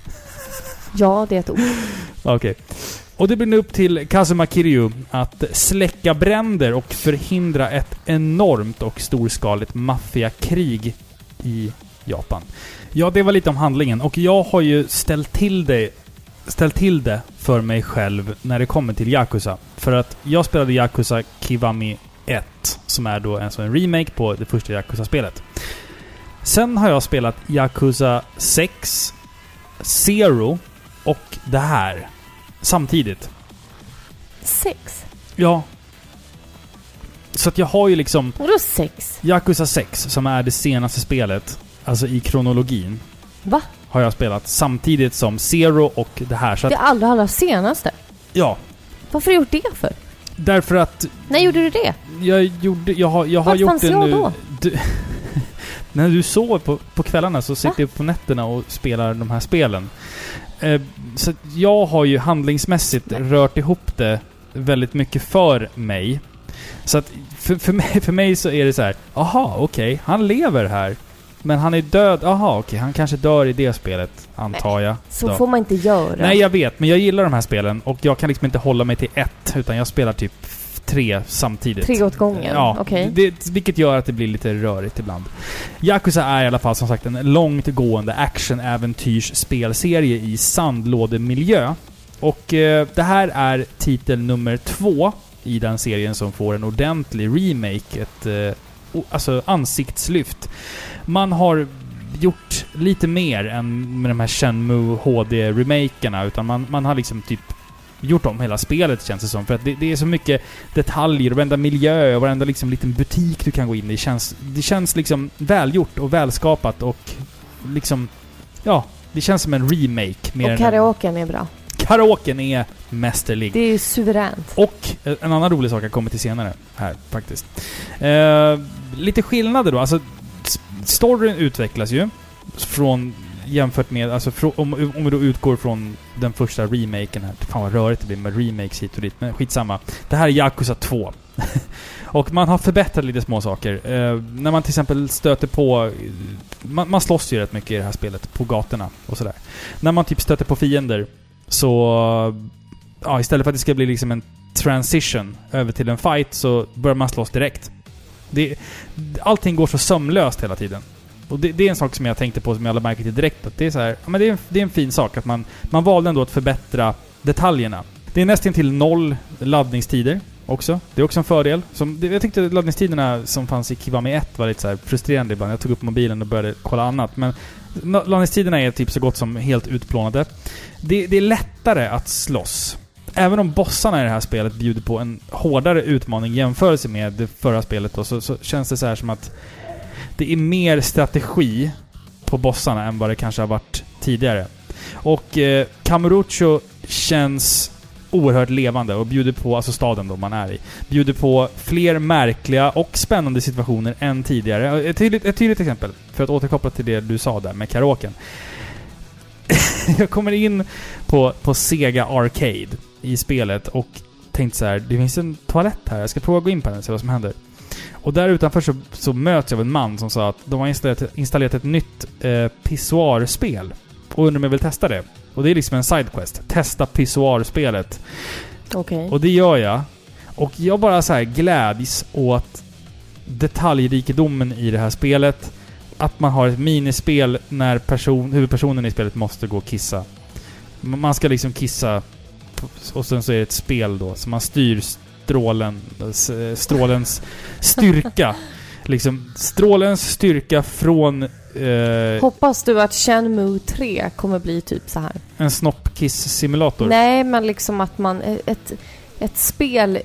Ja, det är ett ord. Okej. Okay. Och det blir nu upp till Kazuma Kiryu att släcka bränder och förhindra ett enormt och storskaligt maffiakrig i Japan. Ja, det var lite om handlingen. Och jag har ju ställt till det, ställt till det för mig själv när det kommer till Yakuza. För att jag spelade Yakuza Kiwami ett, som är då en sån remake på det första Yakuza-spelet. Sen har jag spelat Yakuza sex, Zero och det här samtidigt. Sex? Ja. Så att jag har ju liksom... Vadå sex? Yakuza sex, som är det senaste spelet, alltså i kronologin. Va? Har jag spelat samtidigt som Zero och det här. Så att, det allra, allra senaste? Ja. Varför har du gjort det för? Därför att... När gjorde du det? Jag gjorde... Jag har, jag har Vart gjort fanns det jag nu... då? Du, när du sover på, på kvällarna så sitter jag på nätterna och spelar de här spelen. Eh, så jag har ju handlingsmässigt Nej. rört ihop det väldigt mycket för mig. Så att för, för, mig, för mig så är det så här: aha, okej, okay, han lever här. Men han är död. Aha, okej, okay, han kanske dör i det spelet, antar jag. Så då. får man inte göra. Nej, jag vet, men jag gillar de här spelen och jag kan liksom inte hålla mig till ett, utan jag spelar typ tre samtidigt. Tre åt gången? Ja, okej. Okay. Vilket gör att det blir lite rörigt ibland. Yakuza är i alla fall som sagt en långt gående action-äventyrs spelserie i sandlådemiljö. Och eh, det här är titel nummer två i den serien som får en ordentlig remake, ett eh, alltså ansiktslyft. Man har gjort lite mer än med de här Shenmue H D-remakerna, utan man, man har liksom typ gjort om hela spelet, känns det som. För att det, det är så mycket detaljer och varenda miljö och varenda liksom liten butik du kan gå in i. Det känns, det känns liksom välgjort och välskapat och liksom, ja, det känns som en remake. Mer och karaoken är bra. Karaoken är mästerlig. Det är suveränt. Och en annan rolig sak jag kommer till senare här faktiskt. Eh, lite skillnader då. Alltså, storyn utvecklas ju från jämfört med, alltså om, om vi då utgår från den första remaken här. Fan vad rörigt det blir med remakes hit och dit, men skitsamma. Det här är Yakuza två. Och man har förbättrat lite små saker. Eh, när man till exempel stöter på... Man, man slåss ju rätt mycket i det här spelet, på gatorna och sådär. När man typ stöter på fiender så... Ja, istället för att det ska bli liksom en transition över till en fight så börjar man slåss direkt. Det, allting går så sömlöst hela tiden. Och det, det är en sak som jag tänkte på som jag lade märke till direkt. Att det är så här, ja, men det är, en, det är en fin sak att man, man valde ändå att förbättra detaljerna. Det är nästan till noll laddningstider också. Det är också en fördel. Som, det, jag tyckte laddningstiderna som fanns i Kiwami ett var lite så här frustrerande ibland. Jag tog upp mobilen och började kolla annat. Men laddningstiderna är typ så gott som helt utplånade. Det, det är lättare att slåss. Även om bossarna i det här spelet bjuder på en hårdare utmaning jämfört med det förra spelet då, så, så känns det så här som att det är mer strategi på bossarna än vad det kanske har varit tidigare. Och eh, Kamurocho känns oerhört levande och bjuder på, alltså staden då man är i, bjuder på fler märkliga och spännande situationer än tidigare. Ett tydligt, ett tydligt exempel, för att återkoppla till det du sa där med karaoken. Jag kommer in på, på Sega Arcade i spelet och tänkte så här: det finns en toalett här, jag ska prova att gå in på den och se vad som händer. Och där utanför så, så möts jag av en man som sa att de har installerat, installerat ett nytt eh, pissoarspel och undrar om jag vill testa det. Och det är liksom en sidequest. Testa pissoarspelet. Okej. Okay. Och det gör jag. Och jag bara så här gläds åt detaljrikedomen i det här spelet. Att man har ett minispel när person, huvudpersonen i spelet måste gå och kissa. Man ska liksom kissa och sen så är det ett spel då. Så man styr strålen, strålens styrka. Liksom strålens styrka från... Eh, Hoppas du att Shenmue tre kommer bli typ så här? En snoppkiss-simulator? Nej, men liksom att man... Ett, ett spel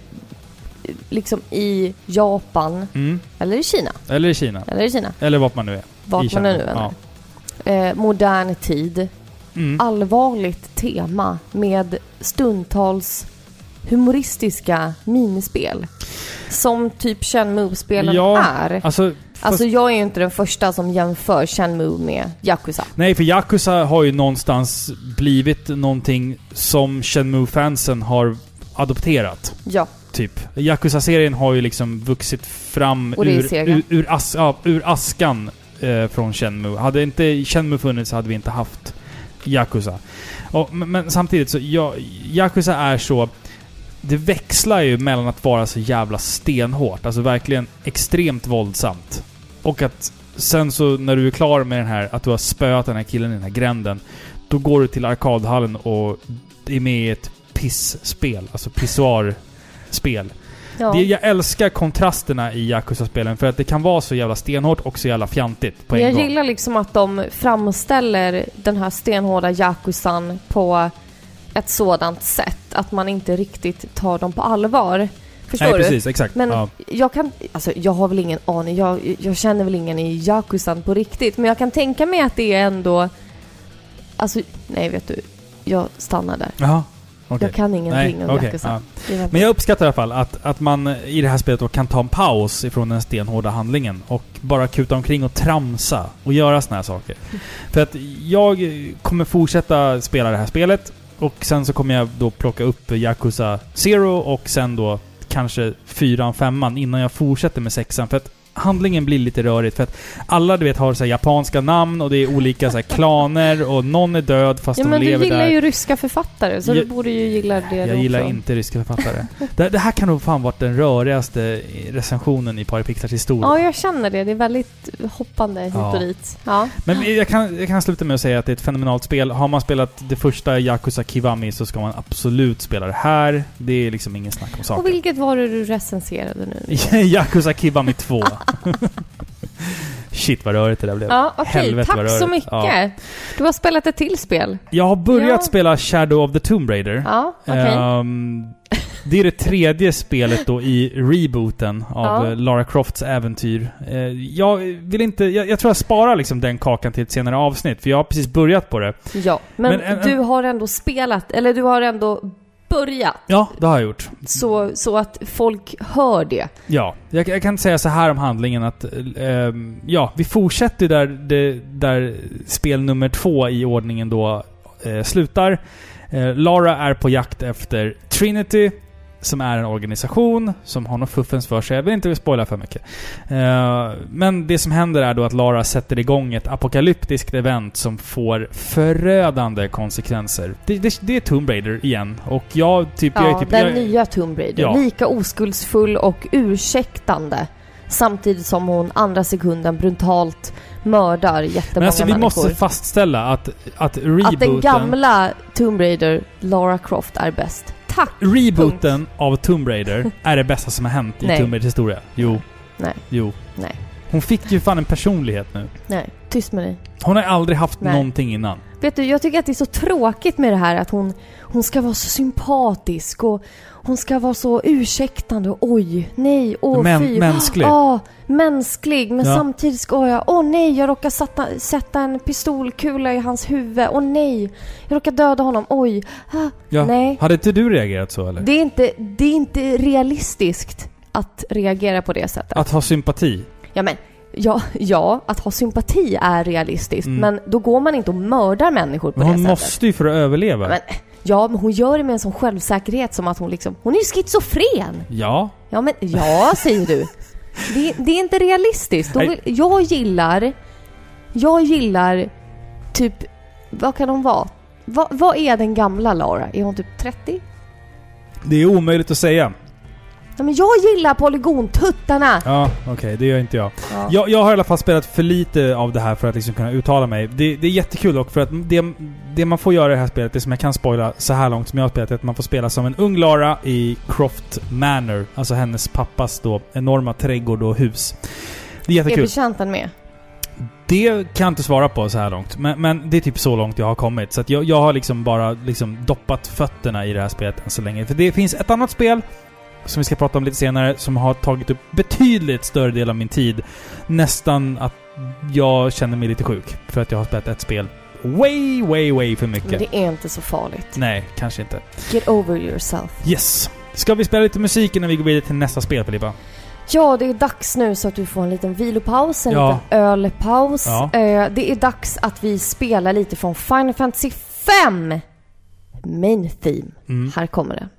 liksom i Japan. Mm. Eller i Kina. Eller i Kina. Eller i Kina. Eller vart man nu är. Vart man nu är. Ja. Eh, modern tid. Mm. Allvarligt tema med stundtals humoristiska minispel. Som typ Shenmue-spelen ja, är. Alltså, alltså jag är ju inte den första som jämför Shenmue med Yakuza. Nej, för Yakuza har ju någonstans blivit någonting som Shenmue-fansen har adopterat. Ja. Typ. Yakuza-serien har ju liksom vuxit fram ur, ur, ur, as, ja, ur askan eh, från Shenmue. Hade inte Shenmue funnits så hade vi inte haft Yakuza. Och, men, men samtidigt så, ja, Yakuza är så... Det växlar ju mellan att vara så jävla stenhårt, alltså verkligen extremt våldsamt. Och att sen så när du är klar med den här, att du har spöat den här killen i den här gränden, då går du till arkadhallen och är med i ett pissspel, alltså pissoarspel. Ja. Det, jag älskar kontrasterna i Yakuza-spelen för att det kan vara så jävla stenhårt och så jävla fjantigt på en jag gång. Jag gillar liksom att de framställer den här stenhårda Yakuzan på ett sådant sätt att man inte riktigt tar dem på allvar. Förstår Nej, du? Precis, exakt. Men ja. jag kan, alltså jag har väl ingen aning, jag, jag känner väl ingen i Yakuzan på riktigt, men jag kan tänka mig att det är ändå, alltså, nej vet du, jag stannar där. Jaha. Okay. Jag kan ingenting om okay. Yakuza. Ja. Men jag uppskattar i alla fall att, att man i det här spelet då kan ta en paus ifrån den stenhårda handlingen och bara kuta omkring och tramsa och göra såna här saker. Mm. För att jag kommer fortsätta spela det här spelet och sen så kommer jag då plocka upp Yakuza Zero och sen då kanske fyran, femman innan jag fortsätter med sexan. För att handlingen blir lite rörigt för att alla du vet har så här japanska namn och det är olika så här klaner och någon är död fast ja, de lever där. Men du gillar där. ju ryska författare så jag, du borde ju gilla det. Jag gillar också. Inte ryska författare. det, det här kan nog fan varit den rörigaste recensionen i Paripixlars historia. Ja, jag känner det. Det är väldigt hoppande hit och dit. Ja. Men jag kan, jag kan sluta med att säga att det är ett fenomenalt spel. Har man spelat det första Yakuza Kiwami så ska man absolut spela det här. Det är liksom ingen snack om saker. Och vilket var det du recenserade nu? Yakuza Kiwami två. Shit vad rörigt det där blev. Ja, okej. Okay. Tack så mycket. Ja. Du har spelat ett till spel. Jag har börjat ja. spela Shadow of the Tomb Raider. Ja, okay. um, det är det tredje spelet då i rebooten av ja. Lara Crofts äventyr. Uh, jag vill inte... Jag, jag tror jag sparar liksom den kakan till ett senare avsnitt. För jag har precis börjat på det. Ja, men, men en, du har ändå spelat... Eller du har ändå... börjat. Ja, det har jag gjort. Så, så att folk hör det. Ja, jag, jag kan säga så här om handlingen att eh, ja, vi fortsätter där, det, där spel nummer två i ordningen då eh, slutar. Eh, Lara är på jakt efter Trinity som är en organisation som har något fuffens för sig. Jag vill inte spoila för mycket. Uh, men det som händer är då att Lara sätter igång ett apokalyptiskt event som får förödande konsekvenser. Det, det, det är Tomb Raider igen. Och jag typ... Ja, jag är typ, den jag, nya Tomb Raider. Ja. Lika oskuldsfull och ursäktande. Samtidigt som hon andra sekunden brutalt mördar jättemånga men alltså, vi människor. måste fastställa att, att rebooten... Att den gamla Tomb Raider, Lara Croft, är bäst. Tack. Rebooten Punkt. av Tomb Raider är det bästa som har hänt i Nej. Tomb Raiders historia. Jo. Nej. Jo. Nej. Hon fick ju fan en personlighet nu. Nej, tyst med dig. Hon har aldrig haft Nej. någonting innan. Vet du, jag tycker att det är så tråkigt med det här att hon, hon ska vara så sympatisk och hon ska vara så ursäktande och oj, nej, åh Men, fy. mänsklig. Ja, mänsklig, men ja. samtidigt ska jag, åh nej, jag råkar sätta, sätta en pistolkula i hans huvud, åh nej, jag råkar döda honom, oj, ah, ja. nej. Hade inte du reagerat så eller? Det är inte, det är inte realistiskt att reagera på det sättet. Att ha sympati? Ja, men Ja, ja, att ha sympati är realistiskt. Mm. Men då går man inte och mördar människor på men det hon sättet. Hon måste ju för att överleva. Men, ja, men hon gör det med en sån självsäkerhet som att hon liksom... Hon är ju schizofren. Ja. Ja, men ja, säger du. Det, det är inte realistiskt. Då vill, jag gillar... Jag gillar typ... Vad kan hon vara? Va, vad är den gamla Lara? Är hon typ trettio? Det är omöjligt att säga. Ja, men jag gillar polygontuttarna. Ja, okej, okay, det gör inte jag. Ja. jag. Jag har i alla fall spelat för lite av det här för att liksom kunna uttala mig. Det, det är jättekul dock för att det, det man får göra i det här spelet, det som jag kan spoila så här långt som jag har spelat, är att man får spela som en ung Lara i Croft Manor. Alltså hennes pappas då enorma trädgård och hus. Det är jättekul. Är betjänten med? Det kan jag inte svara på så här långt. Men, men det är typ så långt jag har kommit. Så att jag, jag har liksom bara liksom doppat fötterna i det här spelet än så länge. För det finns ett annat spel som vi ska prata om lite senare, som har tagit upp betydligt större del av min tid. Nästan att jag känner mig lite sjuk för att jag har spelat ett spel way, way, way för mycket. Men det är inte så farligt. Nej, kanske inte. Get over yourself. Yes. Ska vi spela lite musik innan vi går vidare till nästa spel, Filippa? Ja, det är dags nu så att du får en liten vilopaus, en ja. liten ölpaus. Ja. Eh, det är dags att vi spelar lite från Final Fantasy fem Main Theme. Mm. Här kommer det.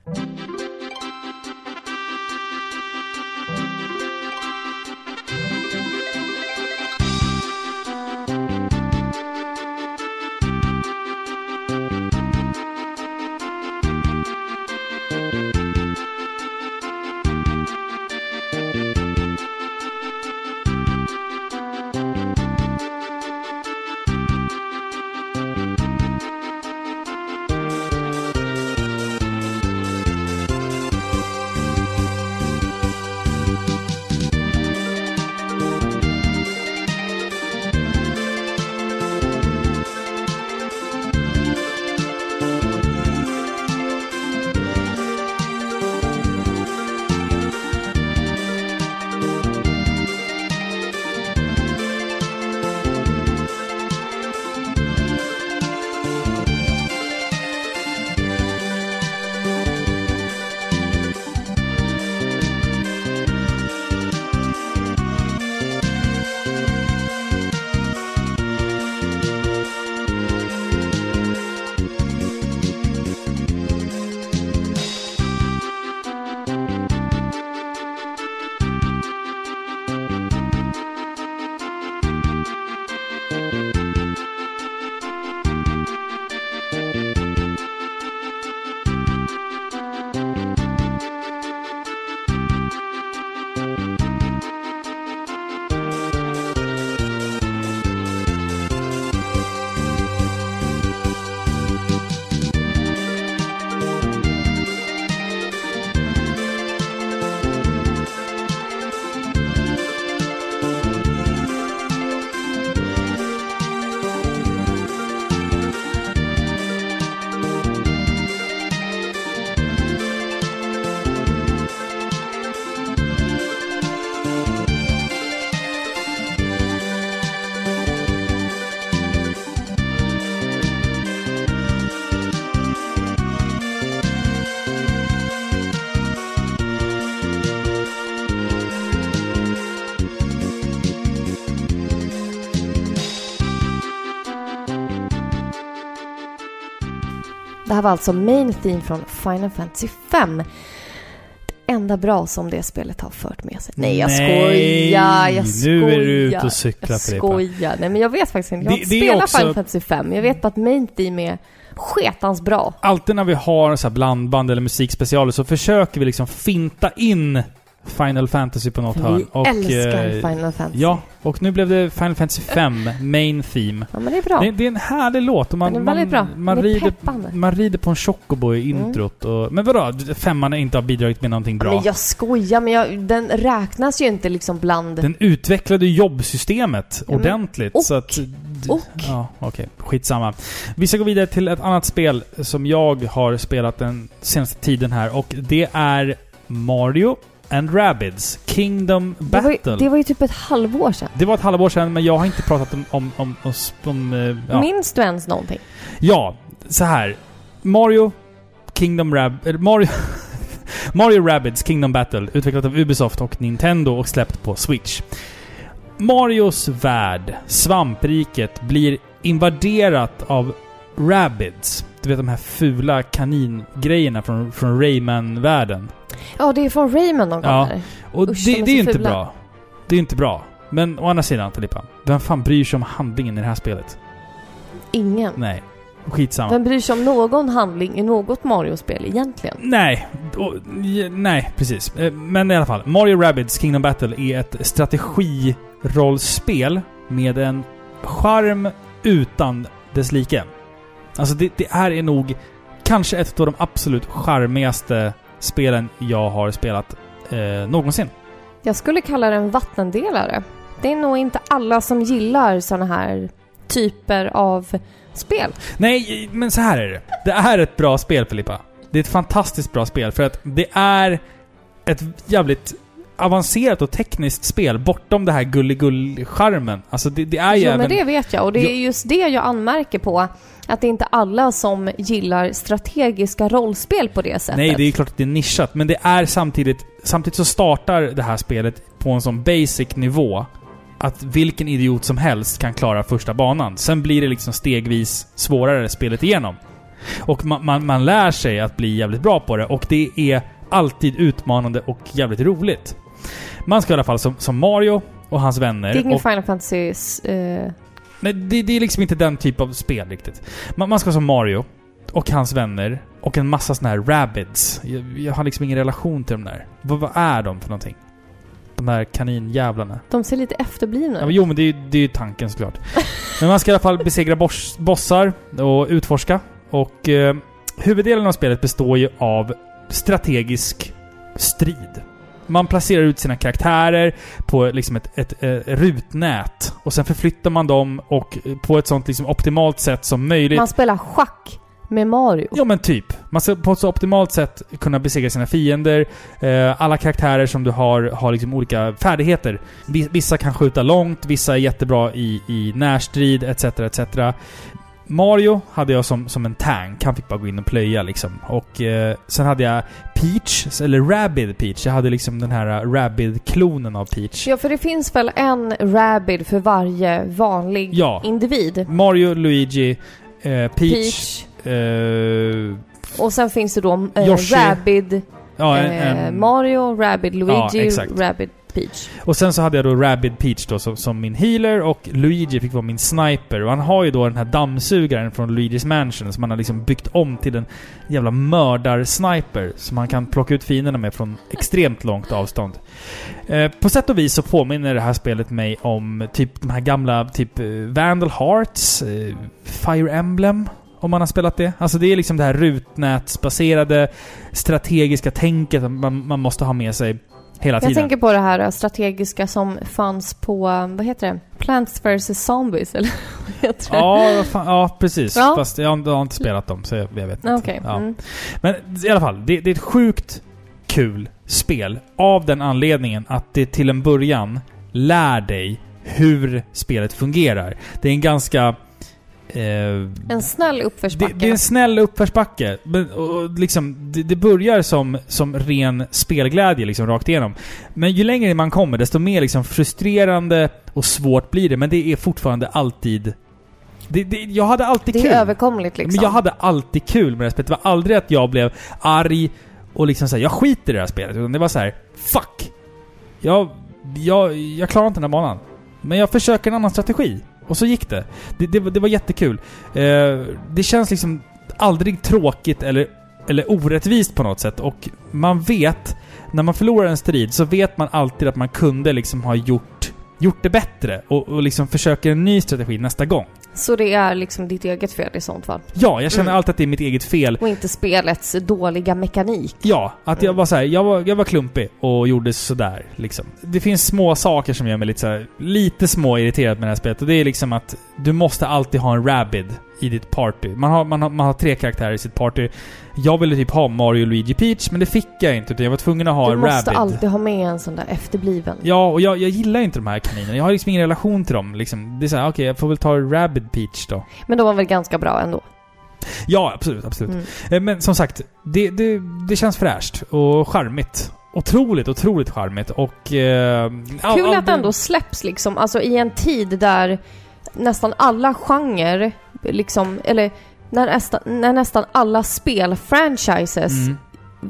Det här var alltså main theme från Final Fantasy fem. Det enda bra som det spelet har fört med sig. Nej, jag Nej, skojar. Jag skojar. Nu är du ute och cyklar. Jag skojar. Nej, men jag vet faktiskt inte. Jag har inte spelat också... Final Fantasy fem. Jag vet bara att main theme är sketans bra. Alltid när vi har så här blandband eller musikspecialer så försöker vi liksom finta in Final Fantasy på något vi hörn. Och älskar eh, Final Fantasy. Ja, och nu blev det Final Fantasy fem main theme. Ja, men det är bra. Det, det är en härlig låt. Och man, det är väldigt bra. Man, man, rider, man rider på en chocobo i introt. Mm. Och, men vadå? Femman inte har bidragit med någonting bra. Men jag skojar, men jag, den räknas ju inte liksom bland... Den utvecklade jobbsystemet ja, ordentligt. Och, så att, och. Ja, okej. Okay. Skitsamma. Vi ska gå vidare till ett annat spel som jag har spelat den senaste tiden här. Och det är Mario and Rabbids Kingdom Battle. Det var, det var ju typ ett halvår sedan. Det var ett halvår sedan, men jag har inte pratat om... om, om, om, om ja. Minns du ens någonting? Ja, så här. Mario Kingdom Rab... Eller Mario... Mario Rabbids Kingdom Battle, utvecklat av Ubisoft och Nintendo och släppt på Switch. Marios värld, svampriket, blir invaderat av Rabbids. Du vet de här fula kaningrejerna från, från Rayman-världen. Ja, det är från Rayman de kommer. Ja, och Usch, det, de är, det är ju inte bra. Det är inte bra. Men å andra sidan, Filippa, vem fan bryr sig om handlingen i det här spelet? Ingen. Nej, skitsamma. Vem bryr sig om någon handling i något Mario-spel egentligen? Nej, och, nej, precis. Men i alla fall, Mario Rabbids Kingdom Battle är ett strategirollspel med en charm utan dess like. Alltså det, det här är nog kanske ett av de absolut charmigaste spelen jag har spelat eh, någonsin. Jag skulle kalla det en vattendelare. Det är nog inte alla som gillar såna här typer av spel. Nej, men så här är det. Det är ett bra spel, Filippa. Det är ett fantastiskt bra spel för att det är ett jävligt avancerat och tekniskt spel bortom det här gulligull-charmen. Alltså det, det är ju ja, även... men det vet jag. Och det är just det jag anmärker på. Att det är inte alla som gillar strategiska rollspel på det sättet. Nej, det är klart att det är nischat. Men det är samtidigt... Samtidigt så startar det här spelet på en sån basic nivå att vilken idiot som helst kan klara första banan. Sen blir det liksom stegvis svårare spelet igenom. Och man, man, man lär sig att bli jävligt bra på det. Och det är alltid utmanande och jävligt roligt. Man ska i alla fall som, som Mario och hans vänner... Det är ingen och, Final Fantasy... Uh... Nej, det, det är liksom inte den typ av spel riktigt. Man, man ska som Mario och hans vänner och en massa såna här Rabbids. Jag, jag har liksom ingen relation till dem där. Vad, vad är de för någonting? De här kaninjävlarna. De ser lite efterblivna. Ja, men jo, men det är, det är ju tanken såklart. Men man ska i alla fall besegra boss, bossar och utforska. Och eh, huvuddelen av spelet består ju av strategisk strid. Man placerar ut sina karaktärer på liksom ett, ett, ett rutnät. Och sen förflyttar man dem och på ett sånt liksom optimalt sätt som möjligt. Man spelar schack med Mario. Ja, men typ. Man ska på ett så optimalt sätt kunna besegra sina fiender. Eh, alla karaktärer som du har har liksom olika färdigheter. Vissa kan skjuta långt, vissa är jättebra i, i närstrid, et cetera et cetera. Mario hade jag som, som en tank. Han fick bara gå in och plöja liksom. Och eh, sen hade jag Peach, eller Rabbid Peach. Jag hade liksom den här Rabbid-klonen av Peach. Ja, för det finns väl en Rabbid för varje vanlig ja. individ. Mario, Luigi, eh, Peach. Peach. Eh, och sen finns det då eh, Rabbid ja, en, eh, en, Mario, Rabbid Luigi, ja, Rabbid Peach. Och sen så hade jag då Rabbid Peach då som, som min healer och Luigi fick vara min sniper. Och han har ju då den här dammsugaren från Luigi's Mansion som man har liksom byggt om till en jävla mördar-sniper som man kan plocka ut fienderna med från extremt långt avstånd. Eh, på sätt och vis så påminner det här spelet mig om typ de här gamla typ Vandal Hearts, eh, Fire Emblem. Om man har spelat det. Alltså det är liksom det här rutnätsbaserade strategiska tänket man, man måste ha med sig hela tiden. Jag tänker på det här strategiska som fanns på, vad heter det? Plants versus. Zombies, eller vad heter det? Ja, fan, ja precis. Ja. Fast jag, jag har inte spelat dem, så jag, jag vet inte. Okay. Ja. Mm. Men i alla fall, det, det är ett sjukt kul spel. Av den anledningen att det till en början lär dig hur spelet fungerar. Det är en ganska... Eh, en snäll uppförsbacke. Det, det är en snäll uppförsbacke. Men, och liksom, det, det börjar som, som ren spelglädje liksom, rakt igenom. Men ju längre man kommer, desto mer liksom, frustrerande och svårt blir det. Men det är fortfarande alltid Det, det, jag hade alltid kul. kul. Det är överkomligt liksom. Men jag hade alltid kul med det här spelet. Det var aldrig att jag blev arg och liksom såhär, jag skiter i det här spelet. Utan det var så här: fuck! Jag, jag, jag klarar inte den här banan. Men jag försöker en annan strategi. Och så gick det. Det, det, det var jättekul. Eh, det känns liksom aldrig tråkigt eller, eller orättvist på något sätt. Och man vet, när man förlorar en strid så vet man alltid att man kunde liksom ha gjort, gjort det bättre. Och, och liksom försöker en ny strategi nästa gång. Så det är liksom ditt eget fel i sånt fall? Ja, jag känner mm. alltid att det är mitt eget fel. Och inte spelets dåliga mekanik. Ja, att jag var så här, jag var, jag var klumpig och gjorde sådär liksom. Det finns små saker som gör mig lite så här, lite små irriterad med det här spelet. Och det är liksom att du måste alltid ha en Rabid i ditt party. Man har, man har, man har tre karaktärer i sitt party. Jag ville typ ha Mario, Luigi, Peach, men det fick jag inte. Utan jag var tvungen att ha en Rabid. Du måste alltid ha med en sån där efterbliven. Ja, och jag, jag gillar inte de här kaninerna. Jag har liksom ingen relation till dem. Liksom. Det är så här, okej, okay, jag får väl ta Rabid Peach då. Men de var väl ganska bra ändå? Ja, absolut, absolut. Mm. Men som sagt, det, det, det känns fräscht och charmigt. Otroligt, otroligt charmigt. Och... Eh, Kul all, all, att det ändå släpps liksom. Alltså i en tid där nästan alla genrer liksom, eller när nästan, när nästan alla spelfranchises mm.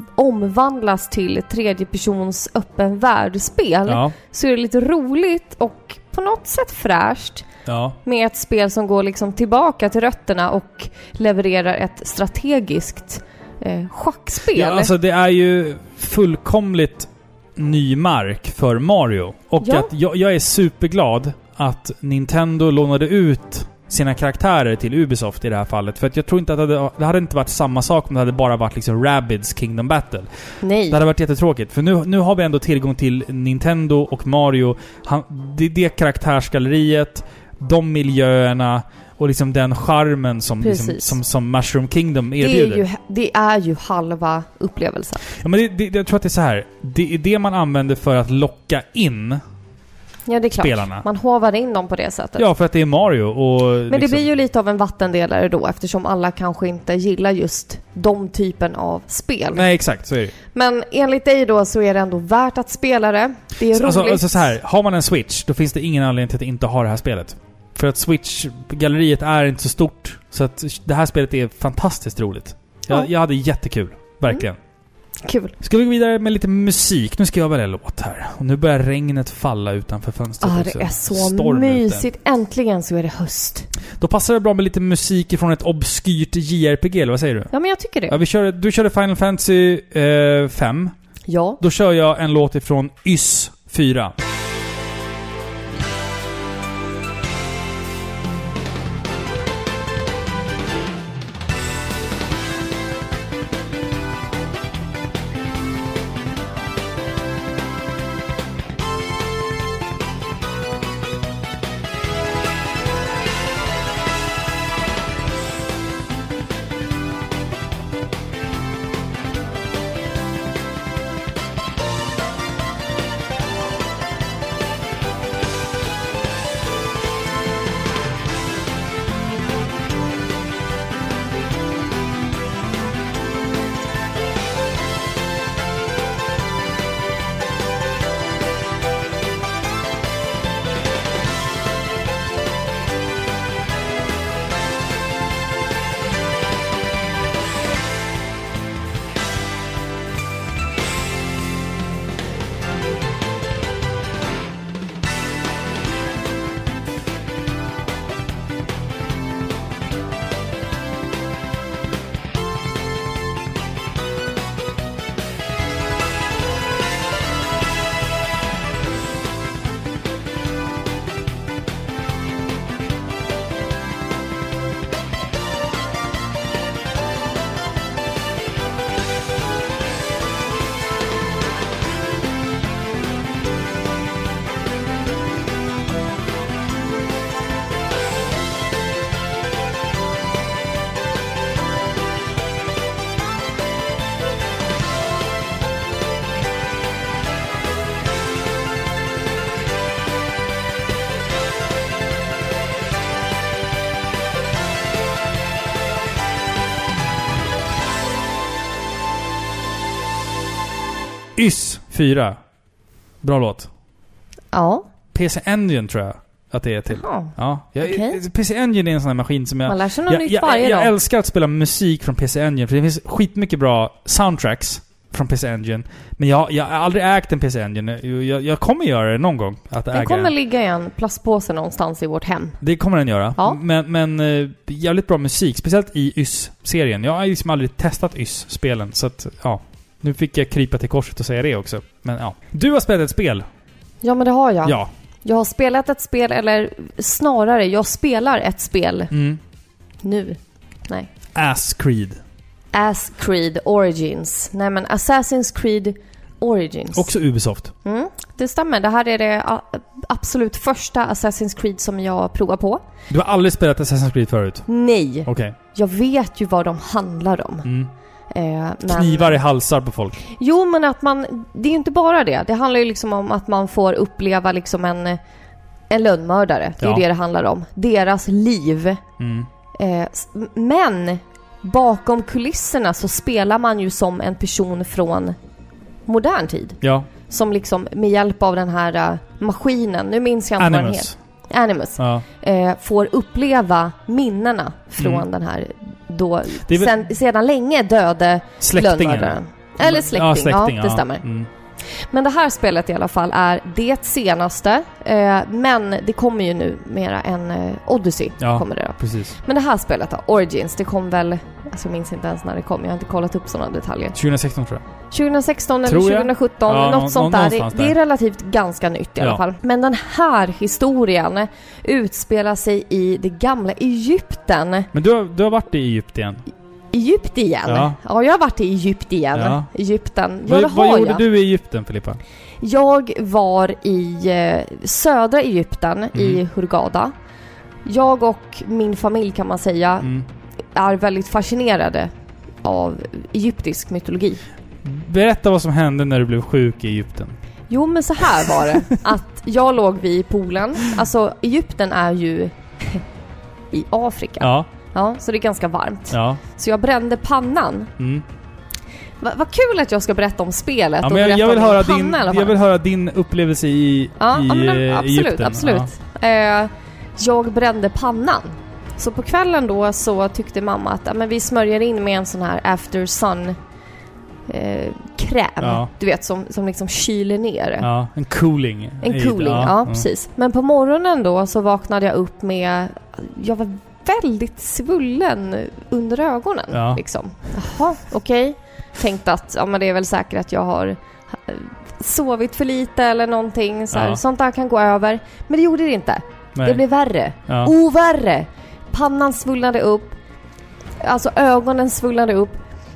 omvandlas till tredjepersons öppen världsspel, ja. Så är det lite roligt och på något sätt fräscht, ja. Med ett spel som går liksom tillbaka till rötterna och levererar ett strategiskt eh, schackspel. Ja, alltså det är ju fullkomligt ny mark för Mario. Och ja. att jag, jag är superglad att Nintendo lånade ut sina karaktärer till Ubisoft i det här fallet. För att jag tror inte att det hade, det hade inte varit samma sak om det hade bara varit liksom Rabbids Kingdom Battle. Nej. Det hade varit jättetråkigt. För nu, nu har vi ändå tillgång till Nintendo och Mario. Han, det, det karaktärsgalleriet, de miljöerna och liksom den charmen som, liksom, som, som Mushroom Kingdom erbjuder. Det är ju, det är ju halva upplevelsen. Ja, men det, det, jag tror att det är så här. Det är det man använder för att locka in ja, det är klart. Spelarna. Man hovar in dem på det sättet. Ja, för att det är Mario. Och men liksom... det blir ju lite av en vattendelare då, eftersom alla kanske inte gillar just de typen av spel. Nej, exakt. Så är det. Men enligt dig då så är det ändå värt att spela det. Det är roligt. Alltså, alltså så här, har man en Switch, då finns det ingen anledning till att inte ha det här spelet. För att Switch-galleriet är inte så stort. Så att det här spelet är fantastiskt roligt. Jag, ja. jag hade jättekul. Verkligen. Mm. Kul. Ska vi gå vidare med lite musik? Nu ska jag välja låt här. Och nu börjar regnet falla utanför fönstret. Ja, ah, det är så Storm mysigt. Ute. Äntligen så är det höst. Då passar det bra med lite musik från ett obskyrt J R P G, eller vad säger du? Ja, men jag tycker det. Ja, vi kör, du körde Final Fantasy eh, fem. Ja. Då kör jag en låt ifrån Ys fyra. Ys fyra. Bra låt. Ja. P C Engine tror jag. att det är till. Jaha. Ja. Jag, Okay. P C Engine är en sån här maskin som jag... Man lär sig något jag, nytt jag, varje jag dag. älskar att spela musik från P C Engine, för det finns skitmycket bra soundtracks från P C Engine. Men jag, jag har aldrig ägt en P C Engine. Jag, jag kommer göra det någon gång. Att den äga kommer en. ligga i en plastpåse någonstans i vårt hem. Det kommer den göra. Ja. Men, men eh, jävligt bra musik. Speciellt i Y S-serien. Jag har liksom aldrig testat Y S-spelen. Så att, ja. Nu fick jag krypa till korset och säga det också. Men ja. Du har spelat ett spel. Ja, men det har jag. Ja. Jag har spelat ett spel, eller snarare, jag spelar ett spel Mm. nu. Nej. Ass Creed. Ass Creed Origins. Nej, men Assassin's Creed Origins. Också Ubisoft. Mm, det stämmer. Det här är det a- absolut första Assassin's Creed som jag provar på. Du har aldrig spelat Assassin's Creed förut? Nej. Okej. Okay. Jag vet ju vad de handlar om. Mm. Eh, men... Knivar i halsar på folk. Jo, men att man... Det är ju inte bara det. Det handlar ju liksom om att man får uppleva liksom en, en lönnmördare. Det är ja. ju det det handlar om. Deras liv. Mm. Eh, men bakom kulisserna så spelar man ju som en person från modern tid. Ja. Som liksom med hjälp av den här uh, maskinen, nu minns jag inte vad den heter. Animus. Ja. Eh, får uppleva minnena från mm. den här då det är väl... sen, sedan länge döde lönnmördaren. Eller släkting, ja, släkting, ja det stämmer. Ja. Mm. Men det här spelet i alla fall är det senaste. Eh, men det kommer ju nu mera en eh, Odyssey. Ja, kommer det då. Precis. Men det här spelet då, Origins, det kom väl... Alltså jag minns inte ens när det kom. Jag har inte kollat upp sådana detaljer. tjugo sexton tror jag. tjugo sexton tror eller tjugo sjutton, ja, något nå- sånt nå- där. Det, där. det är relativt ganska nytt i ja. alla fall. Men den här historien utspelar sig i det gamla Egypten. Men du har, du har varit i Egypten? Egypt igen? Ja. ja, jag har varit i Egypt igen. Ja. Egypten. Ja, vad det har vad gjorde jag. du i Egypten, Filippa? Jag var i eh, södra Egypten, mm. i Hurghada. Jag och min familj kan man säga mm. är väldigt fascinerade av egyptisk mytologi. Berätta vad som hände när du blev sjuk i Egypten. Jo, men så här var det. Att jag låg vid poolen. Alltså, Egypten är ju i Afrika. Ja. Ja, så det är ganska varmt. Ja. Så jag brände pannan. Mm. Va, vad kul att jag ska berätta om spelet. Ja, och men jag, berätta jag, vill om höra panna, din, jag vill höra din upplevelse i, ja, i ja, men, absolut, Egypten. Absolut. Ja. Eh, jag brände pannan. Så på kvällen då så tyckte mamma att ja, men vi smörjer in med en sån här after sun eh, kräm. Ja. Du vet, som, som liksom kyler ner. Ja, en cooling. En cooling, ja, ja, precis. Men på morgonen då så vaknade jag upp med... Jag var väldigt svullen under ögonen. Ja. Liksom. Jaha, okej. Okay. Tänkte att ja, men det är väl säkert att jag har sovit för lite eller någonting. Så här, ja. Sånt där kan gå över. Men det gjorde det inte. Nej. Det blev värre. Ja. O, värre. Pannan svullnade upp. Alltså ögonen svullnade upp.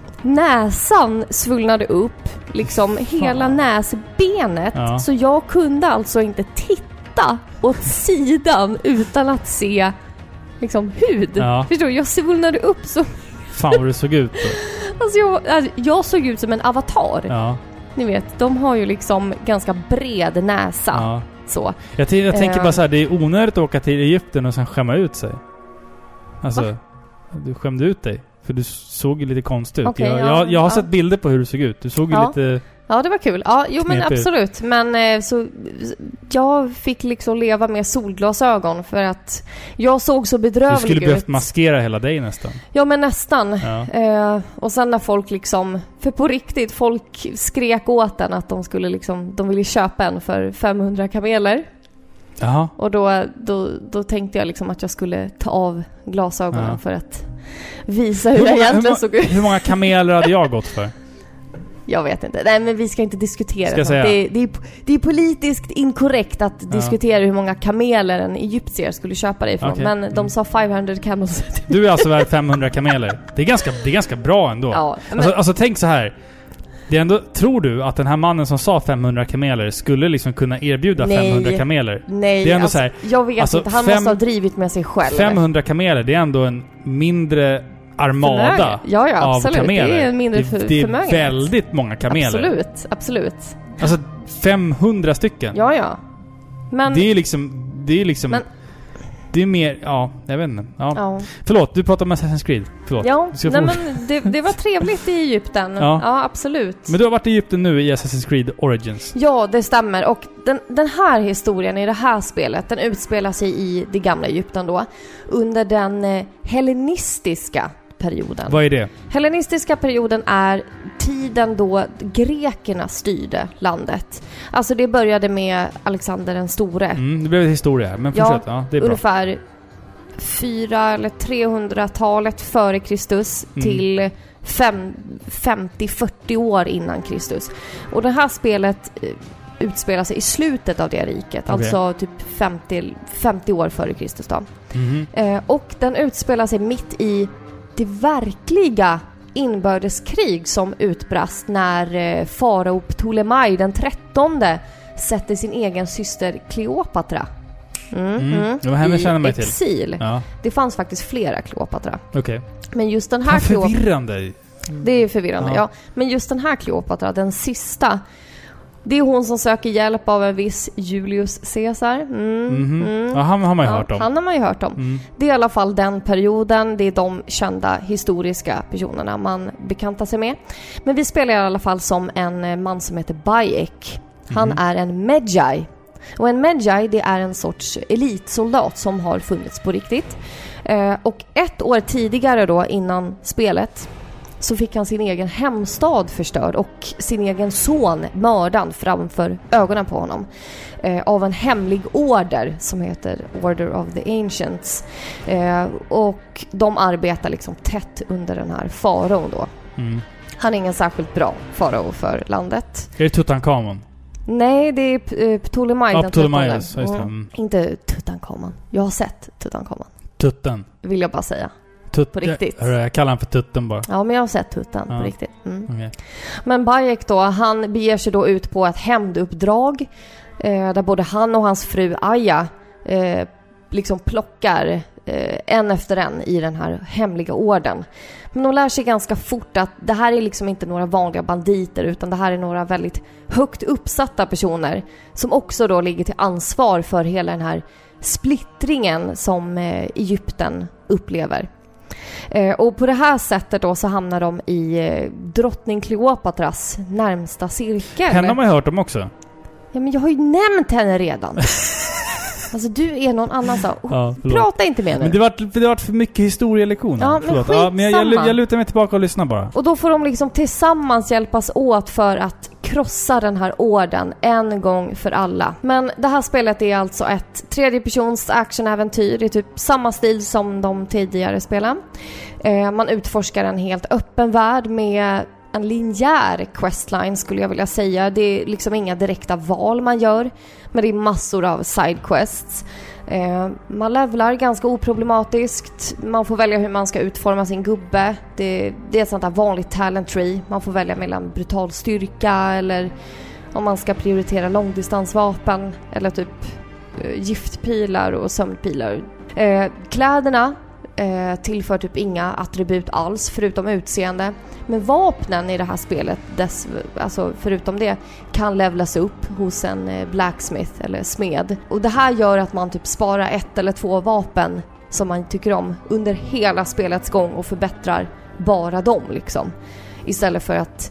Näsan svullnade upp. Liksom Fan. hela näsbenet. Ja. Så jag kunde alltså inte titta åt sidan utan att se liksom hud. Ja. Förstår du? Jag svullnade upp så... Fan vad du såg ut då. Alltså jag, alltså jag såg ut som en avatar. Ja. Ni vet, de har ju liksom ganska bred näsa. Ja. Så. Jag, t- jag tänker uh. bara så här, det är onödigt att åka till Egypten och sen skämma ut sig. Alltså, Va? Du skämde ut dig. För du såg ju lite konstigt ut. Okay, jag, ja, jag, jag har ja. sett bilder på hur du såg ut. Du såg ju ja. lite... Ja, det var kul. Ja, jo men absolut. Men eh, så jag fick liksom leva med solglasögon för att jag såg så bedrövlig ut. Du skulle behövt maskera hela dig nästan. Ja, men nästan. Ja. Eh, och sen när folk liksom, för på riktigt, folk skrek åt den att de skulle liksom, de ville köpa en för femhundra kameler. Jaha. Och då, då, då tänkte jag liksom att jag skulle ta av glasögonen ja. för att visa hur, hur jag egentligen hur, såg ut. Hur många kameler hade jag gått för? Jag vet inte. Nej, men vi ska inte diskutera. Ska det, är, det, är, det är politiskt inkorrekt att ja. diskutera hur många kameler en egyptier skulle köpa dig ifrån. Okay. Men mm. de sa femhundra camels. Du är alltså värd femhundra kameler. Det är ganska, det är ganska bra ändå. Ja, men... alltså, alltså tänk så här. Det är ändå, tror du att den här mannen som sa femhundra kameler skulle liksom kunna erbjuda nej, femhundra kameler? Nej, det är ändå alltså, så här, jag vet alltså inte. Han fem, måste ha drivit med sig själv. femhundra kameler, det är ändå en mindre armada förmögen. Ja, ja, av absolut. kameler. Det är en mindre för, Det är förmögenhet. väldigt många kameler. Absolut, absolut. Alltså femhundra stycken. Ja, ja. Men, det är liksom... Det är liksom men, Det är mer, ja, jag vet inte. Ja. Ja. Förlåt, du pratar om Assassin's Creed. Förlåt. Ja, nej, men det, det var trevligt i Egypten. Ja. ja, absolut. Men du har varit i Egypten nu i Assassin's Creed Origins. Ja, det stämmer. Och den, den här historien i det här spelet, den utspelar sig i det gamla Egypten då. Under den eh, hellenistiska perioden. Vad är det? Hellenistiska perioden är tiden då grekerna styrde landet. Alltså det började med Alexander den store. Mm, det blev en historia, men fortsätt. Ja, ja, det är bra. Ungefär fyra eller trehundratalet före Kristus mm. till femtio till fyrtio år innan Kristus. Och det här spelet utspelar sig i slutet av det riket. Okay. Alltså typ femtio, femtio år före Kristus då. Mm. Eh, och den utspelar sig mitt i det verkliga inbördeskrig som utbrast när eh, farao Ptolemai den trettonde sätter sin egen syster Kleopatra mm, mm. Mm. i känner exil. Ja. Det fanns faktiskt flera Kleopatra. Okay. Men just den här Kleopatra... Förvirrande. Mm. Det är förvirrande, ja. ja. Men just den här Kleopatra, den sista, det är hon som söker hjälp av en viss Julius Caesar. Mm, mm-hmm. mm. Ja, han har man ju ja, hört om. Han har man ju hört om. Mm. Det är i alla fall den perioden, det är de kända historiska personerna man bekantar sig med. Men vi spelar i alla fall som en man som heter Bayek. Han mm. är en Medjay. Och en Medjay, det är en sorts elitsoldat som har funnits på riktigt. Eh, och ett år tidigare då, innan spelet, så fick han sin egen hemstad förstörd och sin egen son mördad framför ögonen på honom eh, av en hemlig order som heter Order of the Ancients. Eh, och de arbetar liksom tätt under den här faraon då. Mm. Han är ingen särskilt bra farao för landet. Är det Tutankhamon? Nej, det är P- Ptolemai. Ja, Ptolemai, just det. Mm. Inte Tutankhamon. Jag har sett Tutankhamon. Tutten. Vill jag bara säga. Tut- på riktigt. Jag, jag kallar han för Tutten bara. Ja, men jag har sett Tutten ja. på riktigt. Mm. Okay. Men Bayek då, han beger sig då ut på ett hämnduppdrag eh, där både han och hans fru Aya eh, liksom plockar eh, en efter en i den här hemliga orden. Men de lär sig ganska fort att det här är liksom inte några vanliga banditer, utan det här är några väldigt högt uppsatta personer som också då ligger till ansvar för hela den här splittringen som eh, Egypten upplever. Eh, och på det här sättet då så hamnar de i eh, drottning Kleopatras närmsta cirkel. Henne har man hört om också. Ja, men jag har ju nämnt henne redan. Alltså du är någon annan så. Ja, prata inte med nu. Men det var det var för mycket historielektioner. Ja, men, ja, men jag, jag, jag lutar mig tillbaka och lyssnar bara. Och då får de liksom tillsammans hjälpas åt för att krossa den här orden en gång för alla. Men det här spelet är alltså ett tredjepersons actionäventyr. Det är typ samma stil som de tidigare spelen. Eh, man utforskar en helt öppen värld med en linjär questline skulle jag vilja säga. Det är liksom inga direkta val man gör, men det är massor av sidequests. Eh, man levlar ganska oproblematiskt. Man får välja hur man ska utforma sin gubbe. Det, det är ett sånt här vanligt talent tree. Man får välja mellan brutal styrka eller om man ska prioritera långdistansvapen eller typ eh, giftpilar och sömnpilar. Eh, kläderna Eh, tillför typ inga attribut alls förutom utseende. Men vapnen i det här spelet, dess, alltså förutom det, kan levlas upp hos en eh, blacksmith eller smed. Och det här gör att man typ sparar ett eller två vapen som man tycker om under hela spelets gång och förbättrar bara dem liksom. Istället för att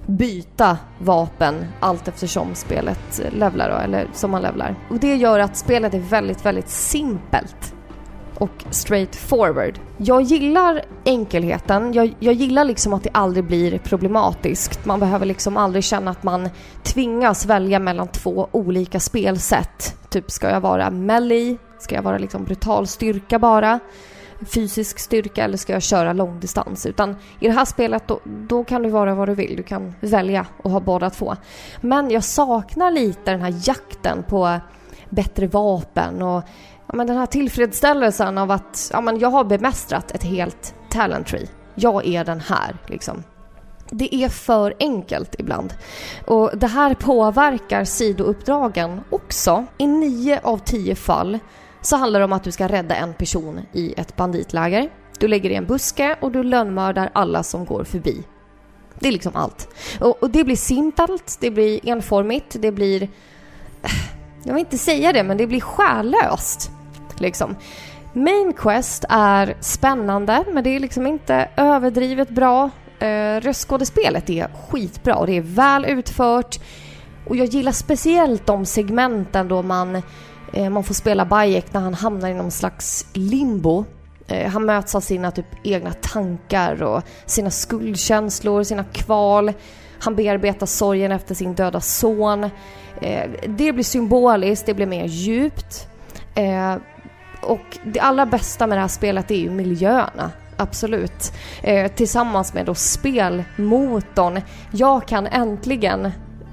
byta vapen allt eftersom spelet levlar då, eller som man levlar. Och det gör att spelet är väldigt, väldigt simpelt och straightforward. Jag gillar enkelheten. Jag, jag gillar liksom att det aldrig blir problematiskt. Man behöver liksom aldrig känna att man tvingas välja mellan två olika spelsätt. Typ, ska jag vara melee? Ska jag vara liksom brutal styrka bara? Fysisk styrka? Eller ska jag köra långdistans? Utan i det här spelet då, då kan du vara vad du vill. Du kan välja och ha båda två. Men jag saknar lite den här jakten på bättre vapen och ja, men den här tillfredsställelsen av att ja, men jag har bemästrat ett helt talent tree. Jag är den här liksom. Det är för enkelt ibland. Och det här påverkar sidouppdragen också. I nio av tio fall så handlar det om att du ska rädda en person i ett banditläger. Du lägger i en buske och du lönnmördar alla som går förbi. Det är liksom allt. Och, och det blir simpelt, det blir enformigt, det blir... Jag vill inte säga det, men det blir skärlöst. Liksom. Main Quest är spännande, men det är liksom inte överdrivet bra. Uh, röstskådespelet är skitbra och det är väl utfört. Och jag gillar speciellt de segmenten då man, uh, man får spela Bayek när han hamnar i någon slags limbo. Uh, han möts av sina typ egna tankar och sina skuldkänslor, sina kval. Han bearbetar sorgen efter sin döda son. Uh, det blir symboliskt, det blir mer djupt. Uh, och det allra bästa med det här spelet är ju miljöerna. Absolut. Eh, tillsammans med då spelmotorn. Jag kan äntligen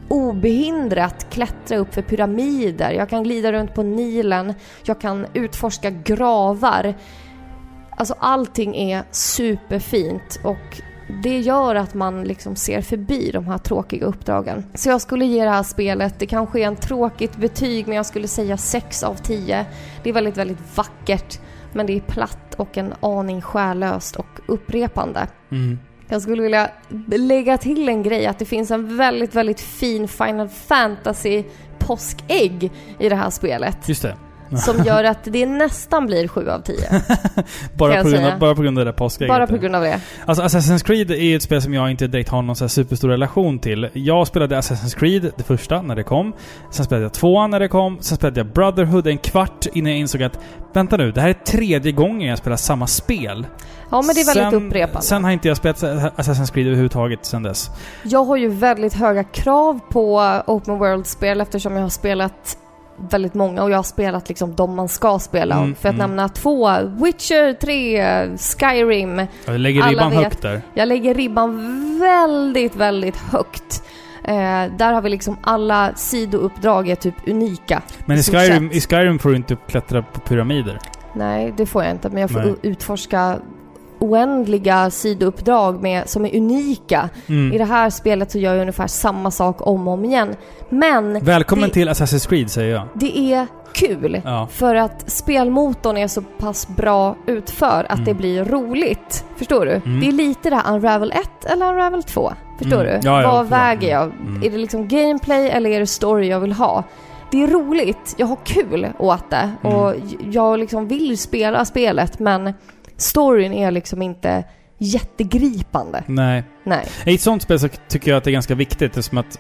obehindrat klättra upp för pyramider. Jag kan glida runt på Nilen. Jag kan utforska gravar. Alltså allting är superfint och det gör att man liksom ser förbi de här tråkiga uppdragen. Så jag skulle ge det här spelet, det kanske är en tråkigt betyg, men jag skulle säga sex av tio. Det är väldigt, väldigt vackert. Men det är platt och en aning själlöst och upprepande. Mm. Jag skulle vilja lägga till en grej, att det finns en väldigt, väldigt fin Final Fantasy påskägg i det här spelet. Just det. Som gör att det nästan blir sju av tio. bara, på grund av, bara på grund av det påskägget. Bara på grund av det. Alltså Assassin's Creed är ett spel som jag inte direkt har någon så här superstor relation till. Jag spelade Assassin's Creed, det första, när det kom. Sen spelade jag tvåan när det kom. Sen spelade jag Brotherhood en kvart innan jag insåg att vänta nu, det här är tredje gången jag spelar samma spel. Ja, men det är väldigt sen, upprepande. Sen har inte jag spelat Assassin's Creed överhuvudtaget sen dess. Jag har ju väldigt höga krav på open world-spel eftersom jag har spelat väldigt många och jag har spelat liksom de man ska spela. Mm, för att mm. nämna två, Witcher tre, Skyrim. Jag lägger ribban vet, högt där. Jag lägger ribban väldigt, väldigt högt. Eh, där har vi liksom alla sidouppdrag är typ unika. Men i Skyrim, i Skyrim får du inte klättra på pyramider. Nej, det får jag inte. Men jag får Nej. utforska oändliga sidouppdrag med, som är unika. Mm. I det här spelet så gör jag ungefär samma sak om och om igen. Men välkommen det, till Assassin's Creed, säger jag. Det är kul. Ja. För att spelmotorn är så pass bra utför att mm. det blir roligt. Förstår du? Mm. Det är lite det här Unravel ett eller Unravel två. Förstår mm. du? Ja, ja, Vad väger jag? Mm. Är det liksom gameplay eller är det story jag vill ha? Det är roligt. Jag har kul åt det. Mm. Och jag liksom vill spela spelet, men storyn är liksom inte jättegripande. Nej. Nej. I ett sånt spel så tycker jag att det är ganska viktigt, eftersom att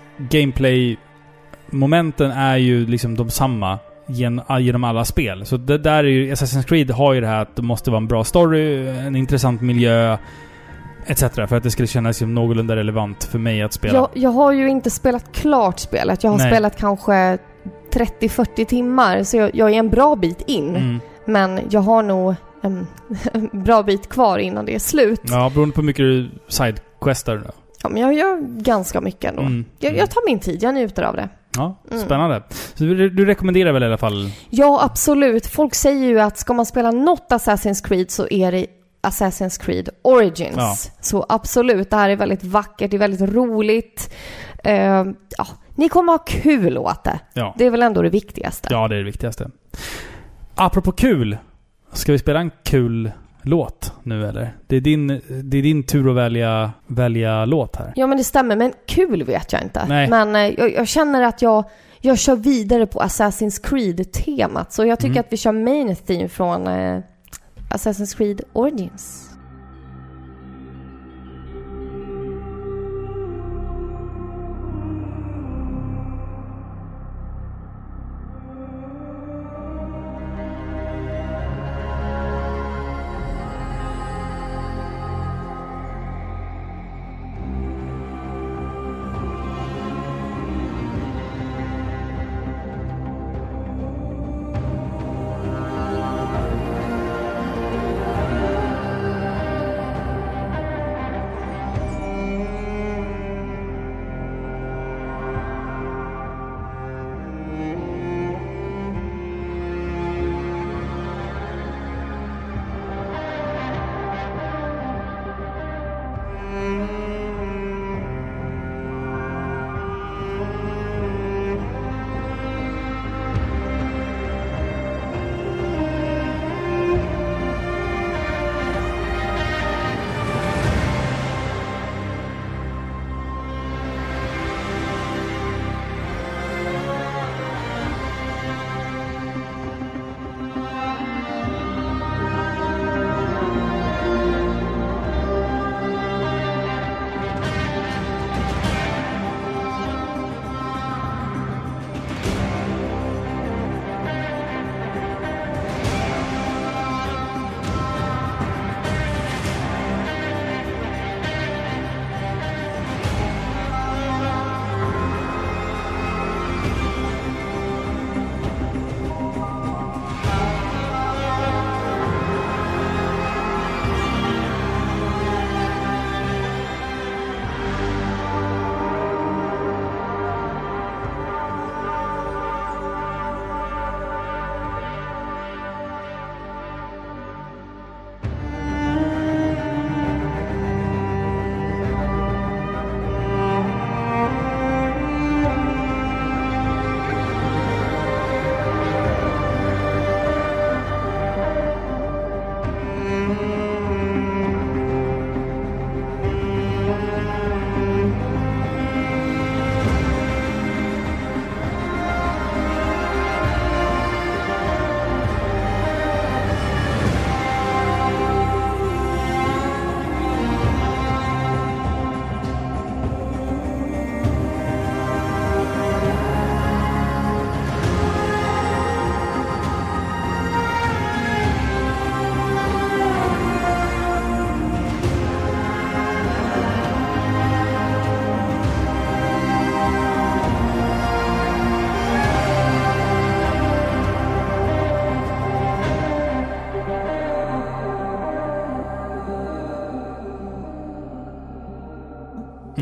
gameplay-momenten är ju liksom de samma gen- genom alla spel. Så det där är ju, Assassin's Creed har ju det här att det måste vara en bra story, en intressant miljö, et cetera, för att det skulle kännas som någorlunda relevant för mig att spela. Jag, jag har ju inte spelat klart spelet. Jag har Nej. spelat kanske trettio till fyrtio timmar, så jag, jag är en bra bit in. Mm. Men jag har nog en bra bit kvar innan det är slut. Ja, beroende på hur mycket du sidequestar då. Ja, men jag gör ganska mycket ändå. Mm. Jag, jag tar min tid, jag njuter av det. Ja, spännande. Mm. Så du, du rekommenderar väl i alla fall? Ja, absolut. Folk säger ju att ska man spela något Assassin's Creed så är det Assassin's Creed Origins. Ja. Så absolut, det här är väldigt vackert, det är väldigt roligt. Uh, ja, ni kommer ha kul åt det. Ja. Det är väl ändå det viktigaste. Ja, det är det viktigaste. Apropå kul, ska vi spela en kul låt nu eller? Det är din, det är din tur att välja, välja låt här. Ja, men det stämmer. Men kul vet jag inte. Nej. Men eh, jag, jag känner att jag, jag kör vidare på Assassin's Creed-temat. Så jag tycker mm. att vi kör main theme från eh, Assassin's Creed Origins.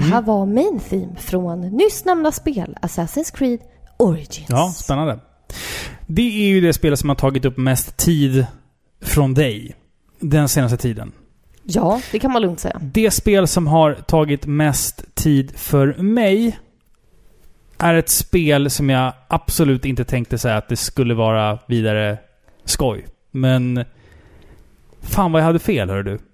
här var main theme från nyss nämnda spel Assassin's Creed Origins. Ja, spännande. Det är ju det spel som har tagit upp mest tid från dig den senaste tiden. Ja, det kan man lugnt säga. Det spel som har tagit mest tid för mig är ett spel som jag absolut inte tänkte säga att det skulle vara vidare skoj. Men fan vad jag hade fel, hör du.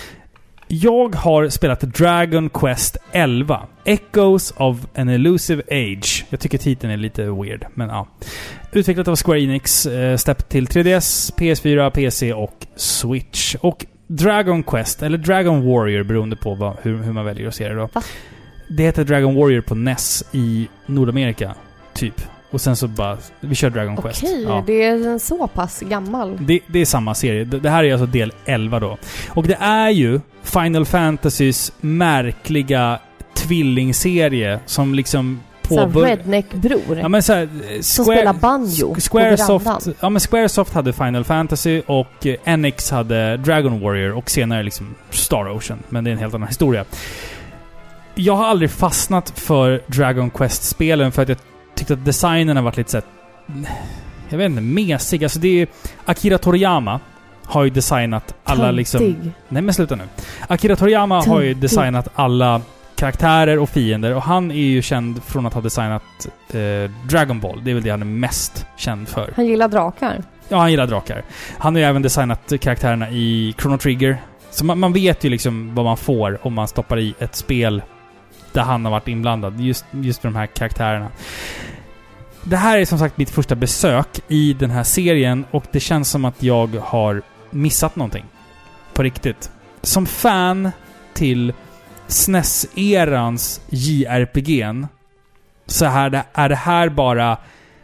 Jag har spelat Dragon Quest elva. Echoes of an Elusive Age. Jag tycker titeln är lite weird, men ja. Utvecklat av Square Enix, eh, släppt till tre D S, P S fyra, P C och Switch. Och Dragon Quest, eller Dragon Warrior beroende på vad, hur, hur man väljer att se det då. Va? Det heter Dragon Warrior på N E S i Nordamerika, typ. Och sen så bara, vi kör Dragon Quest. Okej, ja. Det är en så pass gammal. Det, det är samma serie. Det, det här är alltså del elva då. Och det är ju Final Fantasys märkliga tvillingserie som liksom påbör... redneck-bror. Ja, men så här, Square, som spelar banjo Squaresoft, ja, men Squaresoft hade Final Fantasy och Enix hade Dragon Warrior och senare liksom Star Ocean. Men det är en helt annan historia. Jag har aldrig fastnat för Dragon Quest-spelen för att jag tyckte att designen har varit lite så här, jag vet inte, mesig. Alltså det är Akira Toriyama har ju designat alla Töntig. liksom... Nej men sluta nu. Akira Toriyama Töntig. har ju designat alla karaktärer och fiender och han är ju känd från att ha designat eh, Dragon Ball. Det är väl det han är mest känd för. Han gillar drakar. Ja, han gillar drakar. Han har ju även designat karaktärerna i Chrono Trigger. Så man, man vet ju liksom vad man får om man stoppar i ett spel där han har varit inblandad. Just, just de här karaktärerna. Det här är som sagt mitt första besök i den här serien och det känns som att jag har missat någonting. På riktigt. Som fan till S N E S-erans J R P G:n så här är det här bara...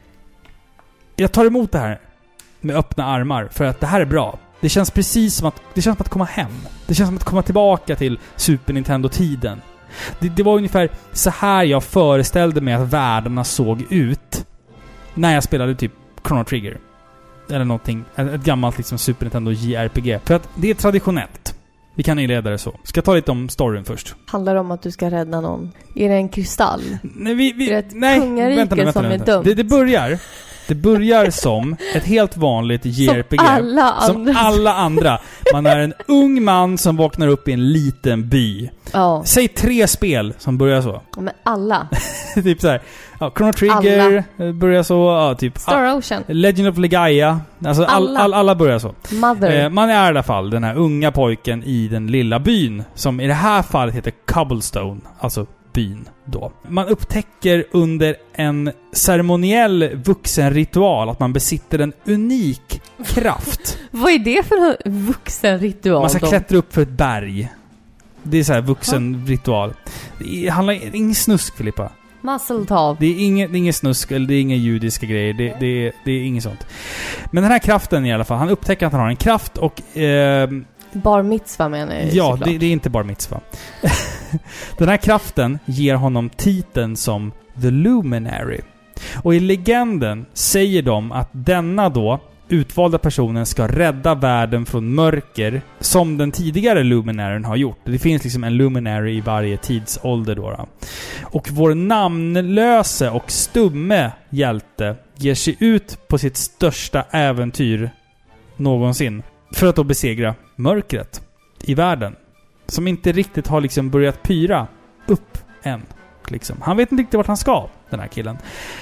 Jag tar emot det här med öppna armar för att det här är bra. Det känns precis som att det känns som att komma hem. Det känns som att komma tillbaka till Super Nintendo-tiden. Det, det var ungefär så här jag föreställde mig att världarna såg ut när jag spelade typ Chrono Trigger. Eller någonting. Ett gammalt liksom Super Nintendo J R P G. För att det är traditionellt. Vi kan inleda det så. Ska jag ta lite om storyn först? Handlar det om att du ska rädda någon? Är det en kristall? Nej, vi, vi, är det ett nej kungarike vänta, vänta, som vänta. är dumt? Det, det börjar... Det börjar som ett helt vanligt J R P G. Som alla andra. Som alla andra. Man är en ung man som vaknar upp i en liten by. Ja. Säg tre spel som börjar så. Men alla. Typ så här. Ja, Chrono Trigger alla. Börjar så. Ja, typ. Star Ocean. Legend of Legaia. Alltså alla. All, all, alla börjar så. Mother. Eh, man är i alla fall den här unga pojken i den lilla byn. Som i det här fallet heter Cobblestone. Alltså byn då. Man upptäcker under en ceremoniell vuxenritual att man besitter en unik kraft. Vad är det för en vuxenritual? Man ska då? klättra upp för ett berg. Det är så här vuxenritual. Det handlar det är ingen snusk, Filippa. Muscle-tav. Det är inget, det är ingen snusk eller det är inga judiska grejer. Det, det, det är inget sånt. Men den här kraften i alla fall. Han upptäcker att han har en kraft och... Eh, bar mitzvah menar jag. Ja, det, det är inte bar mitzvah. Den här kraften ger honom titeln som The Luminary. Och i legenden säger de att denna då utvalda personen ska rädda världen från mörker som den tidigare Luminaryn har gjort. Det finns liksom en Luminary i varje tidsålder då, då. Och vår namnlöse och stumme hjälte ger sig ut på sitt största äventyr någonsin för att då besegra mörkret i världen. Som inte riktigt har liksom börjat pyra upp än. Liksom. Han vet inte riktigt vart han ska, den här killen.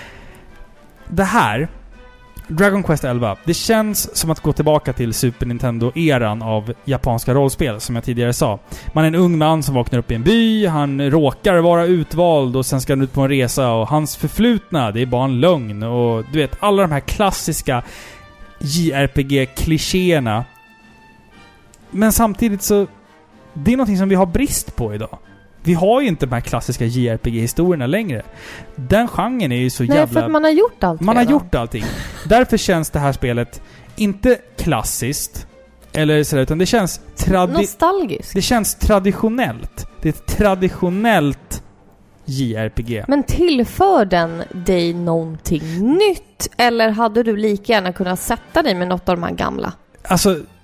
Det här, Dragon Quest elva, det känns som att gå tillbaka till Super Nintendo-eran av japanska rollspel, som jag tidigare sa. Man är en ung man som vaknar upp i en by, han råkar vara utvald och sen ska han ut på en resa och hans förflutna, det är bara en lögn. Och du vet, alla de här klassiska J R P G-klichéerna. Men samtidigt så det är någonting som vi har brist på idag. Vi har ju inte de här klassiska J R P G-historierna längre. Den genren är ju så Nej, jävla... för att man har gjort allt Man redan. har gjort allting. Därför känns det här spelet inte klassiskt eller så, utan det känns tradi- nostalgiskt. Det känns traditionellt. Det är ett traditionellt J R P G. Men tillför den dig någonting nytt? Eller hade du lika gärna kunnat sätta dig med något av de här gamla? Alltså,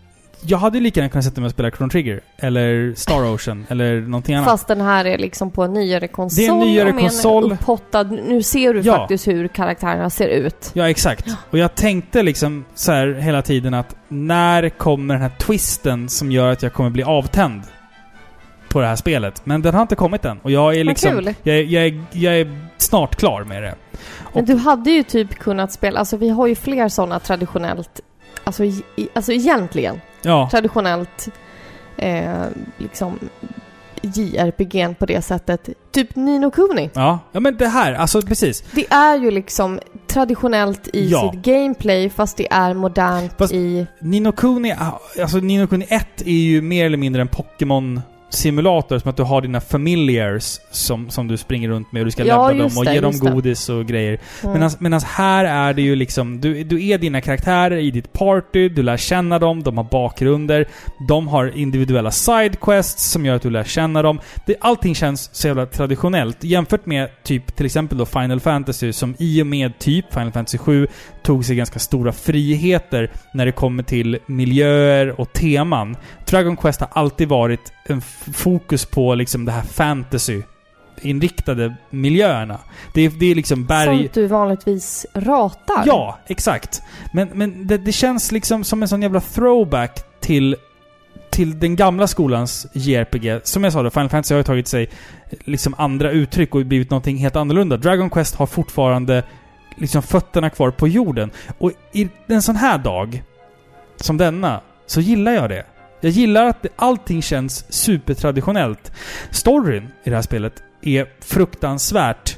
jag hade lika gärna kunnat sätta mig och spela Chrono Trigger eller Star Ocean eller någonting annat. Fast den här är liksom på en nyare konsol. Det är en nyare och konsol. En upphottad, nu ser du ja. faktiskt hur karaktärerna ser ut. Ja, exakt. Ja. Och jag tänkte liksom så här hela tiden att när kommer den här twisten som gör att jag kommer bli avtänd på det här spelet. Men den har inte kommit än. Och jag är liksom... Kul. Jag, jag, jag, jag är snart klar med det. Och, men du hade ju typ kunnat spela... Alltså vi har ju fler sådana traditionellt... Alltså, i, alltså egentligen. Ja. Traditionellt... Eh, liksom... J R P G på det sättet. Typ Ni no Kuni. Ja, ja men det här, alltså precis. Det är ju liksom traditionellt i ja. sitt gameplay, fast det är modernt fast i... Ni no Kuni, alltså Ni no Kuni ett är ju mer eller mindre en Pokémon simulator, som att du har dina familiars som, som du springer runt med och du ska ja, levla dem och det, ge dem godis och grejer. Mm. Medan här är det ju liksom, du, du är dina karaktärer i ditt party, du lär känna dem, de har bakgrunder, de har individuella sidequests som gör att du lär känna dem. Det, allting känns så jävla traditionellt jämfört med typ till exempel då Final Fantasy, som i och med typ Final Fantasy sju tog sig ganska stora friheter när det kommer till miljöer och teman. Dragon Quest har alltid varit en fokus på liksom det här fantasy-inriktade miljöerna. Det är, det är liksom berg... Sånt du vanligtvis ratar. Ja, exakt. Men, men det, det känns liksom som en sån jävla throwback till, till den gamla skolans J R P G. Som jag sa då, Final Fantasy har ju tagit sig liksom andra uttryck och blivit någonting helt annorlunda. Dragon Quest har fortfarande liksom fötterna kvar på jorden. Och i en sån här dag som denna så gillar jag det. Jag gillar att allting känns supertraditionellt. Storyn i det här spelet är fruktansvärt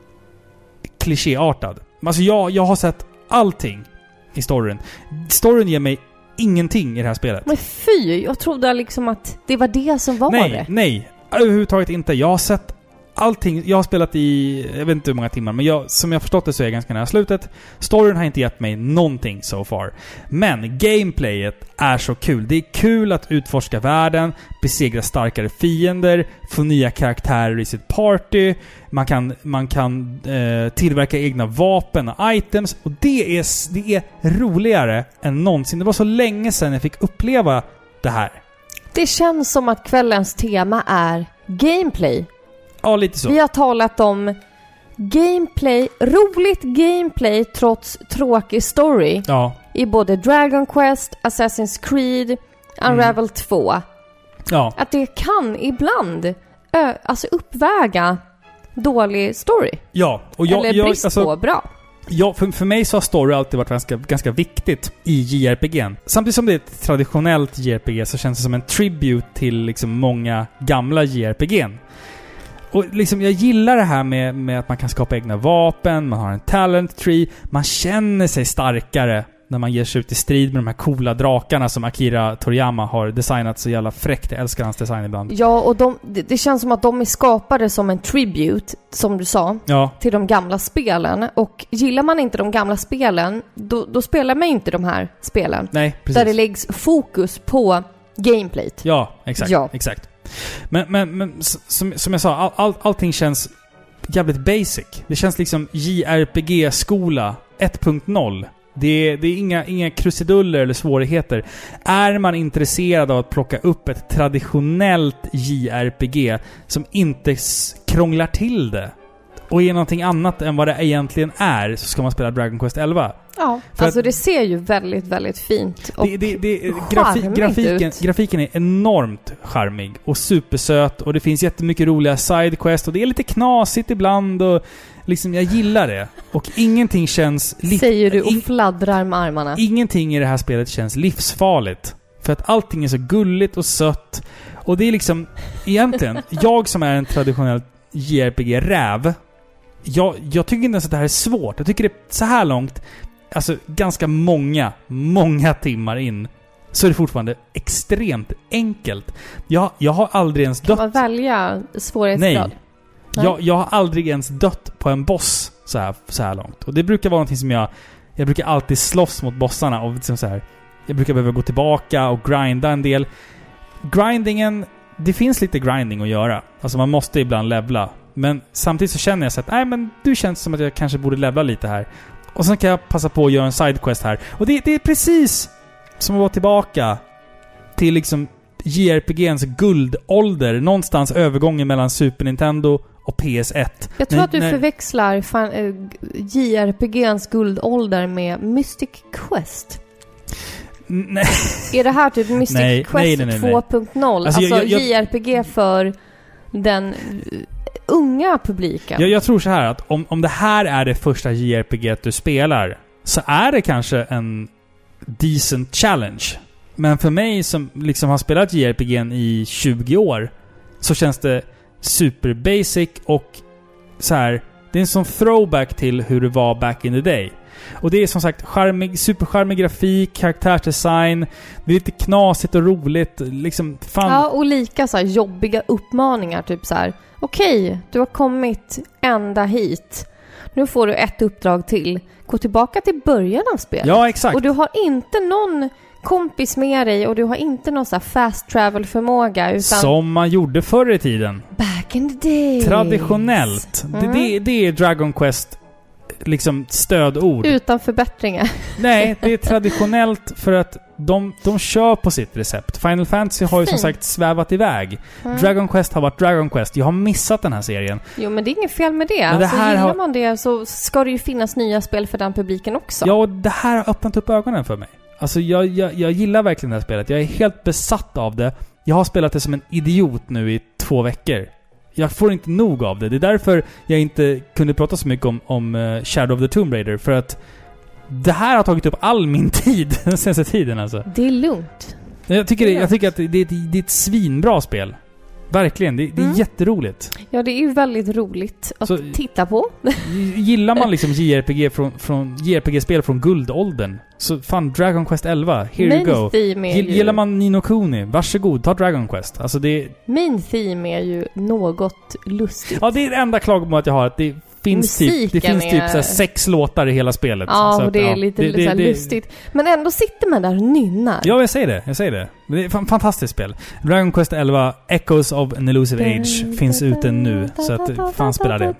klichéartad. Alltså jag, jag har sett allting i storyn. Storyn ger mig ingenting i det här spelet. Men fy, jag trodde liksom att det var det som var nej, det. Nej, överhuvudtaget inte. Jag har sett allting. Jag har spelat i, jag vet inte hur många timmar, men jag, som jag förstått det så är jag ganska nära slutet. Storyn har inte gett mig någonting so far. Men gameplayet är så kul. Det är kul att utforska världen, besegra starkare fiender, få nya karaktärer i sitt party. Man kan, man kan eh, tillverka egna vapen och items. Och det är, det är roligare än någonsin. Det var så länge sedan jag fick uppleva det här. Det känns som att kvällens tema är gameplay. Ja, lite så. Vi har talat om gameplay, roligt gameplay trots tråkig story. Ja. I både Dragon Quest, Assassin's Creed, Unravel mm. två. Ja. Att det kan ibland ö, alltså uppväga dålig story. Ja. Och jag, eller jag, brist alltså, på bra. Ja, för, för mig så har story alltid varit ganska, ganska viktigt i J R P G. Samtidigt som det är ett traditionellt J R P G så känns det som en tribute till liksom många gamla J R P G. Och liksom jag gillar det här med, med att man kan skapa egna vapen, man har en talent tree, man känner sig starkare när man ger sig ut i strid med de här coola drakarna som Akira Toriyama har designat så jävla fräckt. Jag älskar hans design ibland. Ja, och de, det, det känns som att de är skapade som en tribute, som du sa, ja. till de gamla spelen. Och gillar man inte de gamla spelen, då, då spelar man inte de här spelen. Nej, precis. Där det läggs fokus på gameplayt. Ja, exakt. Ja. exakt. Men, men, men som, som jag sa, all, all, allting känns jävligt basic. Det känns liksom J R P G-skola ett punkt noll. Det är, det är inga, inga krusiduller eller svårigheter. Är man intresserad av att plocka upp ett traditionellt J R P G som inte krånglar till det och är någonting annat än vad det egentligen är, så ska man spela Dragon Quest elva. Ja, för alltså det ser ju väldigt, väldigt fint och det, det, det, grafi, grafiken, ut. grafiken är enormt charmig och supersöt och det finns jättemycket roliga sidequests och det är lite knasigt ibland och liksom jag gillar det. Och ingenting känns... Säger du och in, fladdrar med armarna. Ingenting i det här spelet känns livsfarligt. För att allting är så gulligt och sött. Och det är liksom... Egentligen, jag som är en traditionell J R P G-räv, jag, jag tycker inte ens att det här är svårt. Jag tycker det är så här långt, alltså ganska många, många timmar in, så är det fortfarande extremt enkelt. Jag, jag har aldrig ens dött... Kan man välja svårighetsgrad? Nej. Nej. Jag, jag har aldrig ens dött på en boss så här, så här långt. Och det brukar vara någonting som jag... Jag brukar alltid slåss mot bossarna och liksom så här, jag brukar behöva gå tillbaka och grinda en del. Grindingen... Det finns lite grinding att göra. Alltså man måste ibland levla. Men samtidigt så känner jag så att nej, men du känns som att jag kanske borde levla lite här. Och sen kan jag passa på att göra en sidequest här. Och det, det är precis som att vara tillbaka till liksom J R P G:ns guldålder. Någonstans övergången mellan Super Nintendo och P S ett. Jag tror när, att du när... förväxlar fan, äh, J R P G:ns guldålder med Mystic Quest. Nej. Är det här typ Mystic nej, Quest nej, nej, nej, nej. två punkt noll? Alltså, alltså jag, jag, J R P G för den unga publiken. Jag, jag tror så här att om, om det här är det första J R P G du spelar, så är det kanske en decent challenge. Men för mig som liksom har spelat J R P G i tjugo år, så känns det super basic och så här. Det är en sån throwback till hur det var back in the day. Och det är som sagt charmig, supercharmig grafik, karaktärsdesign. Det är lite knasigt och roligt. Liksom, fan. Ja, och lika så här jobbiga uppmaningar. Typ så här: okej, okay, du har kommit ända hit. Nu får du ett uppdrag till. Gå tillbaka till början av spelet. Ja, exakt. Och du har inte någon kompis med dig och du har inte någon så här fast travel-förmåga. Utan som man gjorde förr i tiden. Back in the day. Traditionellt. Mm. Det, det, det är Dragon Quest liksom stödord. Utan förbättringar. Nej, det är traditionellt för att de, de kör på sitt recept. Final Fantasy har ju som sagt svävat iväg. Mm. Dragon Quest har varit Dragon Quest. Jag har missat den här serien. Jo, men det är inget fel med det. Men det alltså, här gillar har... man det så ska det ju finnas nya spel för den publiken också. Ja, och det här har öppnat upp ögonen för mig. Alltså jag, jag, jag gillar verkligen det här spelet. Jag är helt besatt av det. Jag har spelat det som en idiot nu i två veckor. Jag får inte nog av det. Det är därför jag inte kunde prata så mycket om, om Shadow of the Tomb Raider. För att det här har tagit upp all min tid den senaste tiden alltså. Det är lugnt. Jag tycker, det, jag tycker att det är, ett, det är ett svinbra spel. Verkligen, det, det är mm. jätteroligt. Ja, det är ju väldigt roligt att så, titta på. Gillar man liksom J R P G från, från J R P G-spel från guldåldern, så fan, Dragon Quest elva, here Main you go. Gill, gillar man Ni no Kuni, varsågod, ta Dragon Quest. Alltså det... Main theme är ju något lustigt. Ja, det är det enda klagomålet jag har, att det finns typ, det finns typ så här sex låtar i hela spelet. Ja, så och att, det är ja, lite, det, lite det, så här det, lustigt. Men ändå sitter man där och nynnar. Ja, jag säger det. Jag säger det. Det är ett fantastiskt spel. Dragon Quest elva, Echoes of an Elusive Age, finns ute nu. Så att, fan spela det.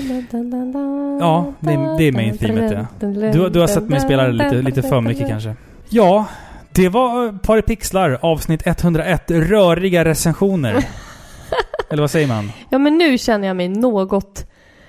Ja, det är, det är main themet, ja. Du, du har sett mig spela det lite, lite för mycket kanske. Ja, det var Paripixlar, avsnitt etthundraett, röriga recensioner. Eller vad säger man? Ja, men nu känner jag mig något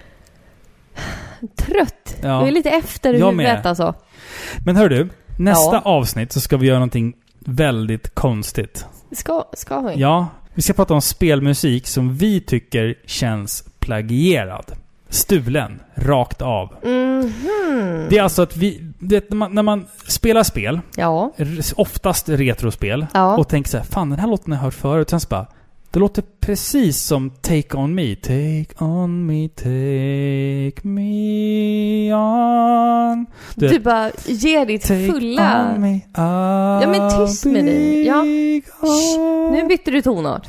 trött. Ja. Jag är lite efter huvudet alltså. Men hör du, nästa ja. avsnitt så ska vi göra någonting väldigt konstigt. Ska, ska vi? Ja, vi ska prata om spelmusik som vi tycker känns plagierad. Stulen, rakt av. Mm-hmm. Det är alltså att vi, det, när, man, när man spelar spel, ja. oftast retrospel, ja. och tänker så här, fan den här låten har jag hört förut, sen så bara, det låter precis som Take On Me. Take on me, take me on. Du, du bara ger ditt take fulla... On me, ja, men tyst med dig. Ja. Nu bytte du tonart.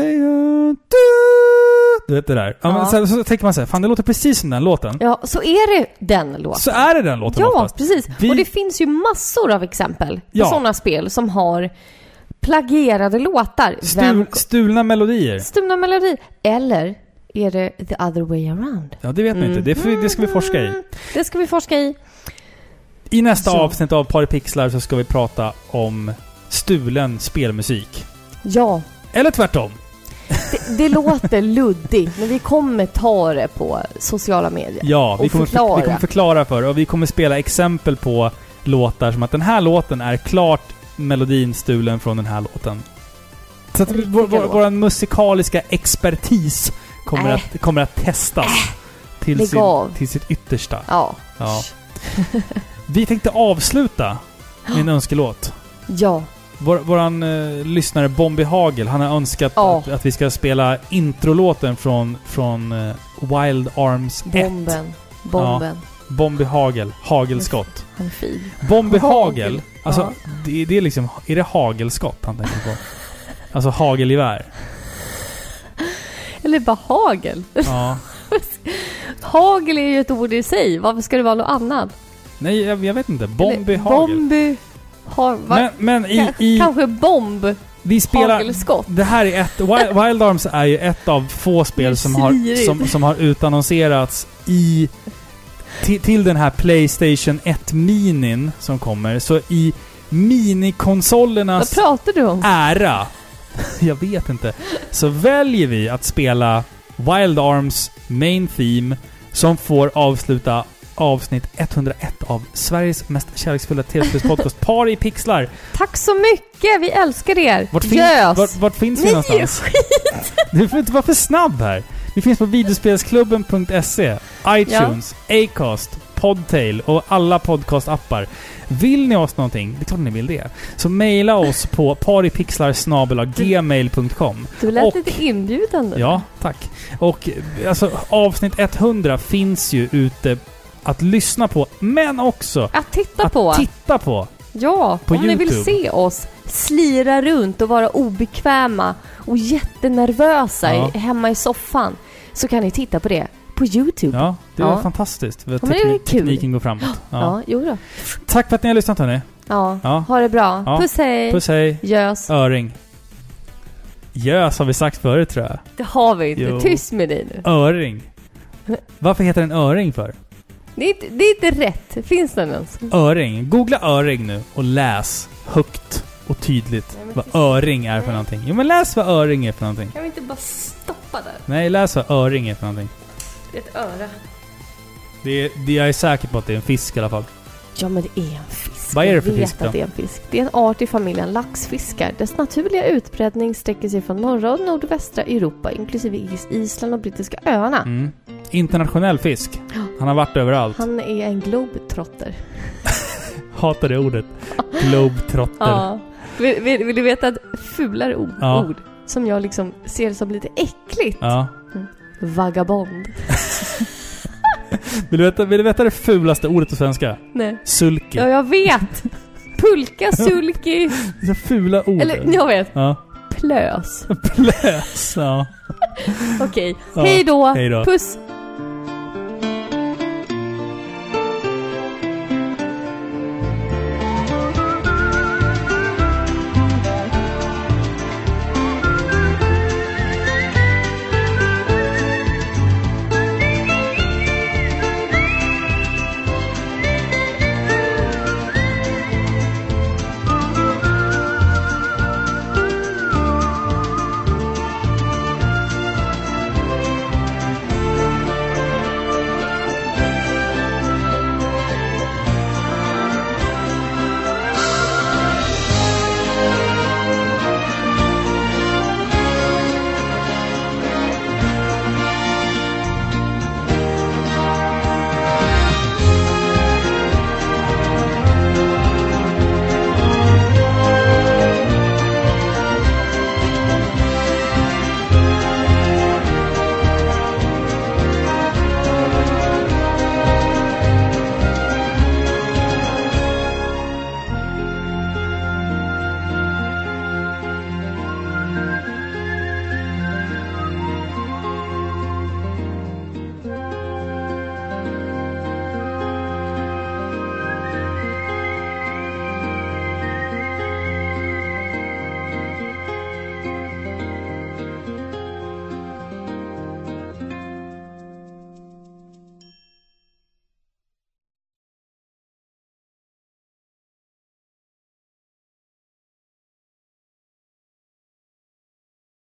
Du vet det där. Ja, men så, så tänker man så här, fan det låter precis som den låten. Ja, så är det den låten. Så är det den låten. Ja, oftast. precis. Vi... Och det finns ju massor av exempel på ja. sådana spel som har plagierade låtar. Stul, Vem... Stulna melodier. Stulna melodier. Eller är det the other way around? Ja, det vet man mm. inte. Det, för, det ska vi forska i. Det ska vi forska i. I nästa så. avsnitt av Paripixlar så ska vi prata om stulen spelmusik. Ja. Eller tvärtom. Det, det låter luddigt, men vi kommer ta det på sociala medier. Ja, vi kommer, förklara. För, vi kommer förklara för och vi kommer spela exempel på låtar som att den här låten är klart melodin stulen från den här låten. Så att vår, vår, vår musikaliska expertis kommer, äh. att, kommer att testas äh. till, sin, till sitt yttersta. Ja. ja. Vi tänkte avsluta med en önskelåt. Ja. Vår, våran eh, lyssnare Bombi Hagel, han har önskat ja. att, att vi ska spela introlåten från, från eh, Wild Arms Bomben. ett. Bomben. Ja. Bombi Hagel. Hagelskott. Han är fin. Bombi Hagel. Alltså, ja. det, det är liksom... Är det hagelskott han tänker på? Alltså hagelgevär. Eller bara hagel. Ja. Hagel är ju ett ord i sig. Varför ska det vara något annat? Nej, jag, jag vet inte. Bombi Hagel. Bombi ha, men, men i, i... Kanske bomb. Vi spelar... Hagelskott. Det här är ett... Wild, Wild Arms är ju ett av få spel som har, som, som har utannonserats i... Till, till den här PlayStation ett Minin som kommer. Så i minikonsolernas Vad pratar du om? ära, jag vet inte, så väljer vi att spela Wild Arms main theme som får avsluta avsnitt etthundraett av Sveriges mest kärleksfulla tv-spelspodcast Par i pixlar. Tack så mycket, vi älskar er. Vart, fin vart, vart finns vi Nej, någonstans? Skit. Du får inte vara för snabb här. Vi finns på videospelsklubben punkt se, iTunes, ja. Acast, Podtail och alla podcastappar. Vill ni oss någonting? Det är klart ni vill det. Så mejla oss på paripixlar snabel-a gmail punkt com. Du lät och, lite inbjudande. Ja, tack. Och alltså, avsnitt etthundra finns ju ute att lyssna på, men också att titta att på. titta på. Ja, på om YouTube. Ni vill se oss slira runt och vara obekväma och jättenervösa Ja. i, hemma i soffan, så kan ni titta på det på YouTube. Ja, det ja. var fantastiskt. Ja, teknik, det är tekniken går framåt. Ja. Ja, jo då. Tack för att ni har lyssnat, hörni. Ja, ja. ha det bra. Ja. Puss hej. Puss hej. Gös. Öring. Gös har vi sagt förut, tror jag. Det har vi inte. Jo. Tyst med dig nu. Öring. Varför heter den öring för? Det är, inte, det är inte rätt. Finns den ens? Öring. Googla öring nu och läs högt och tydligt Nej, vad öring är för Nej. någonting. Jo, men läs vad öring är för någonting. Kan vi inte bara stoppa där? Nej, läs vad öring är för någonting. Det är ett öra. Det är, det jag är säker på att det är en fisk i alla fall. Ja, men det är en fisk. Vad är det för jag vet fisk då? Att det är en fisk. Det är en art i familjen laxfiskar. Dess naturliga utbredning sträcker sig från norra och nordvästra Europa, inklusive Is Island och brittiska öarna. Mm. Internationell fisk. Han har varit överallt. Han är en globetrotter. Hatar det ordet. Globetrotter. Ja. Vill, vill, vill du veta ett fulare ord, ja. ord som jag liksom ser som lite äckligt? Ja. Mm. Vagabond. Vill du, veta, vill du veta det fulaste ordet på svenska? Nej. Sulky. Ja, jag vet. Pulka, sulky. Det är så fula ord. Eller, jag vet. Ja. Plös. Plös, ja. Okej. Okay. Ja. Hej då. Hej då. Puss.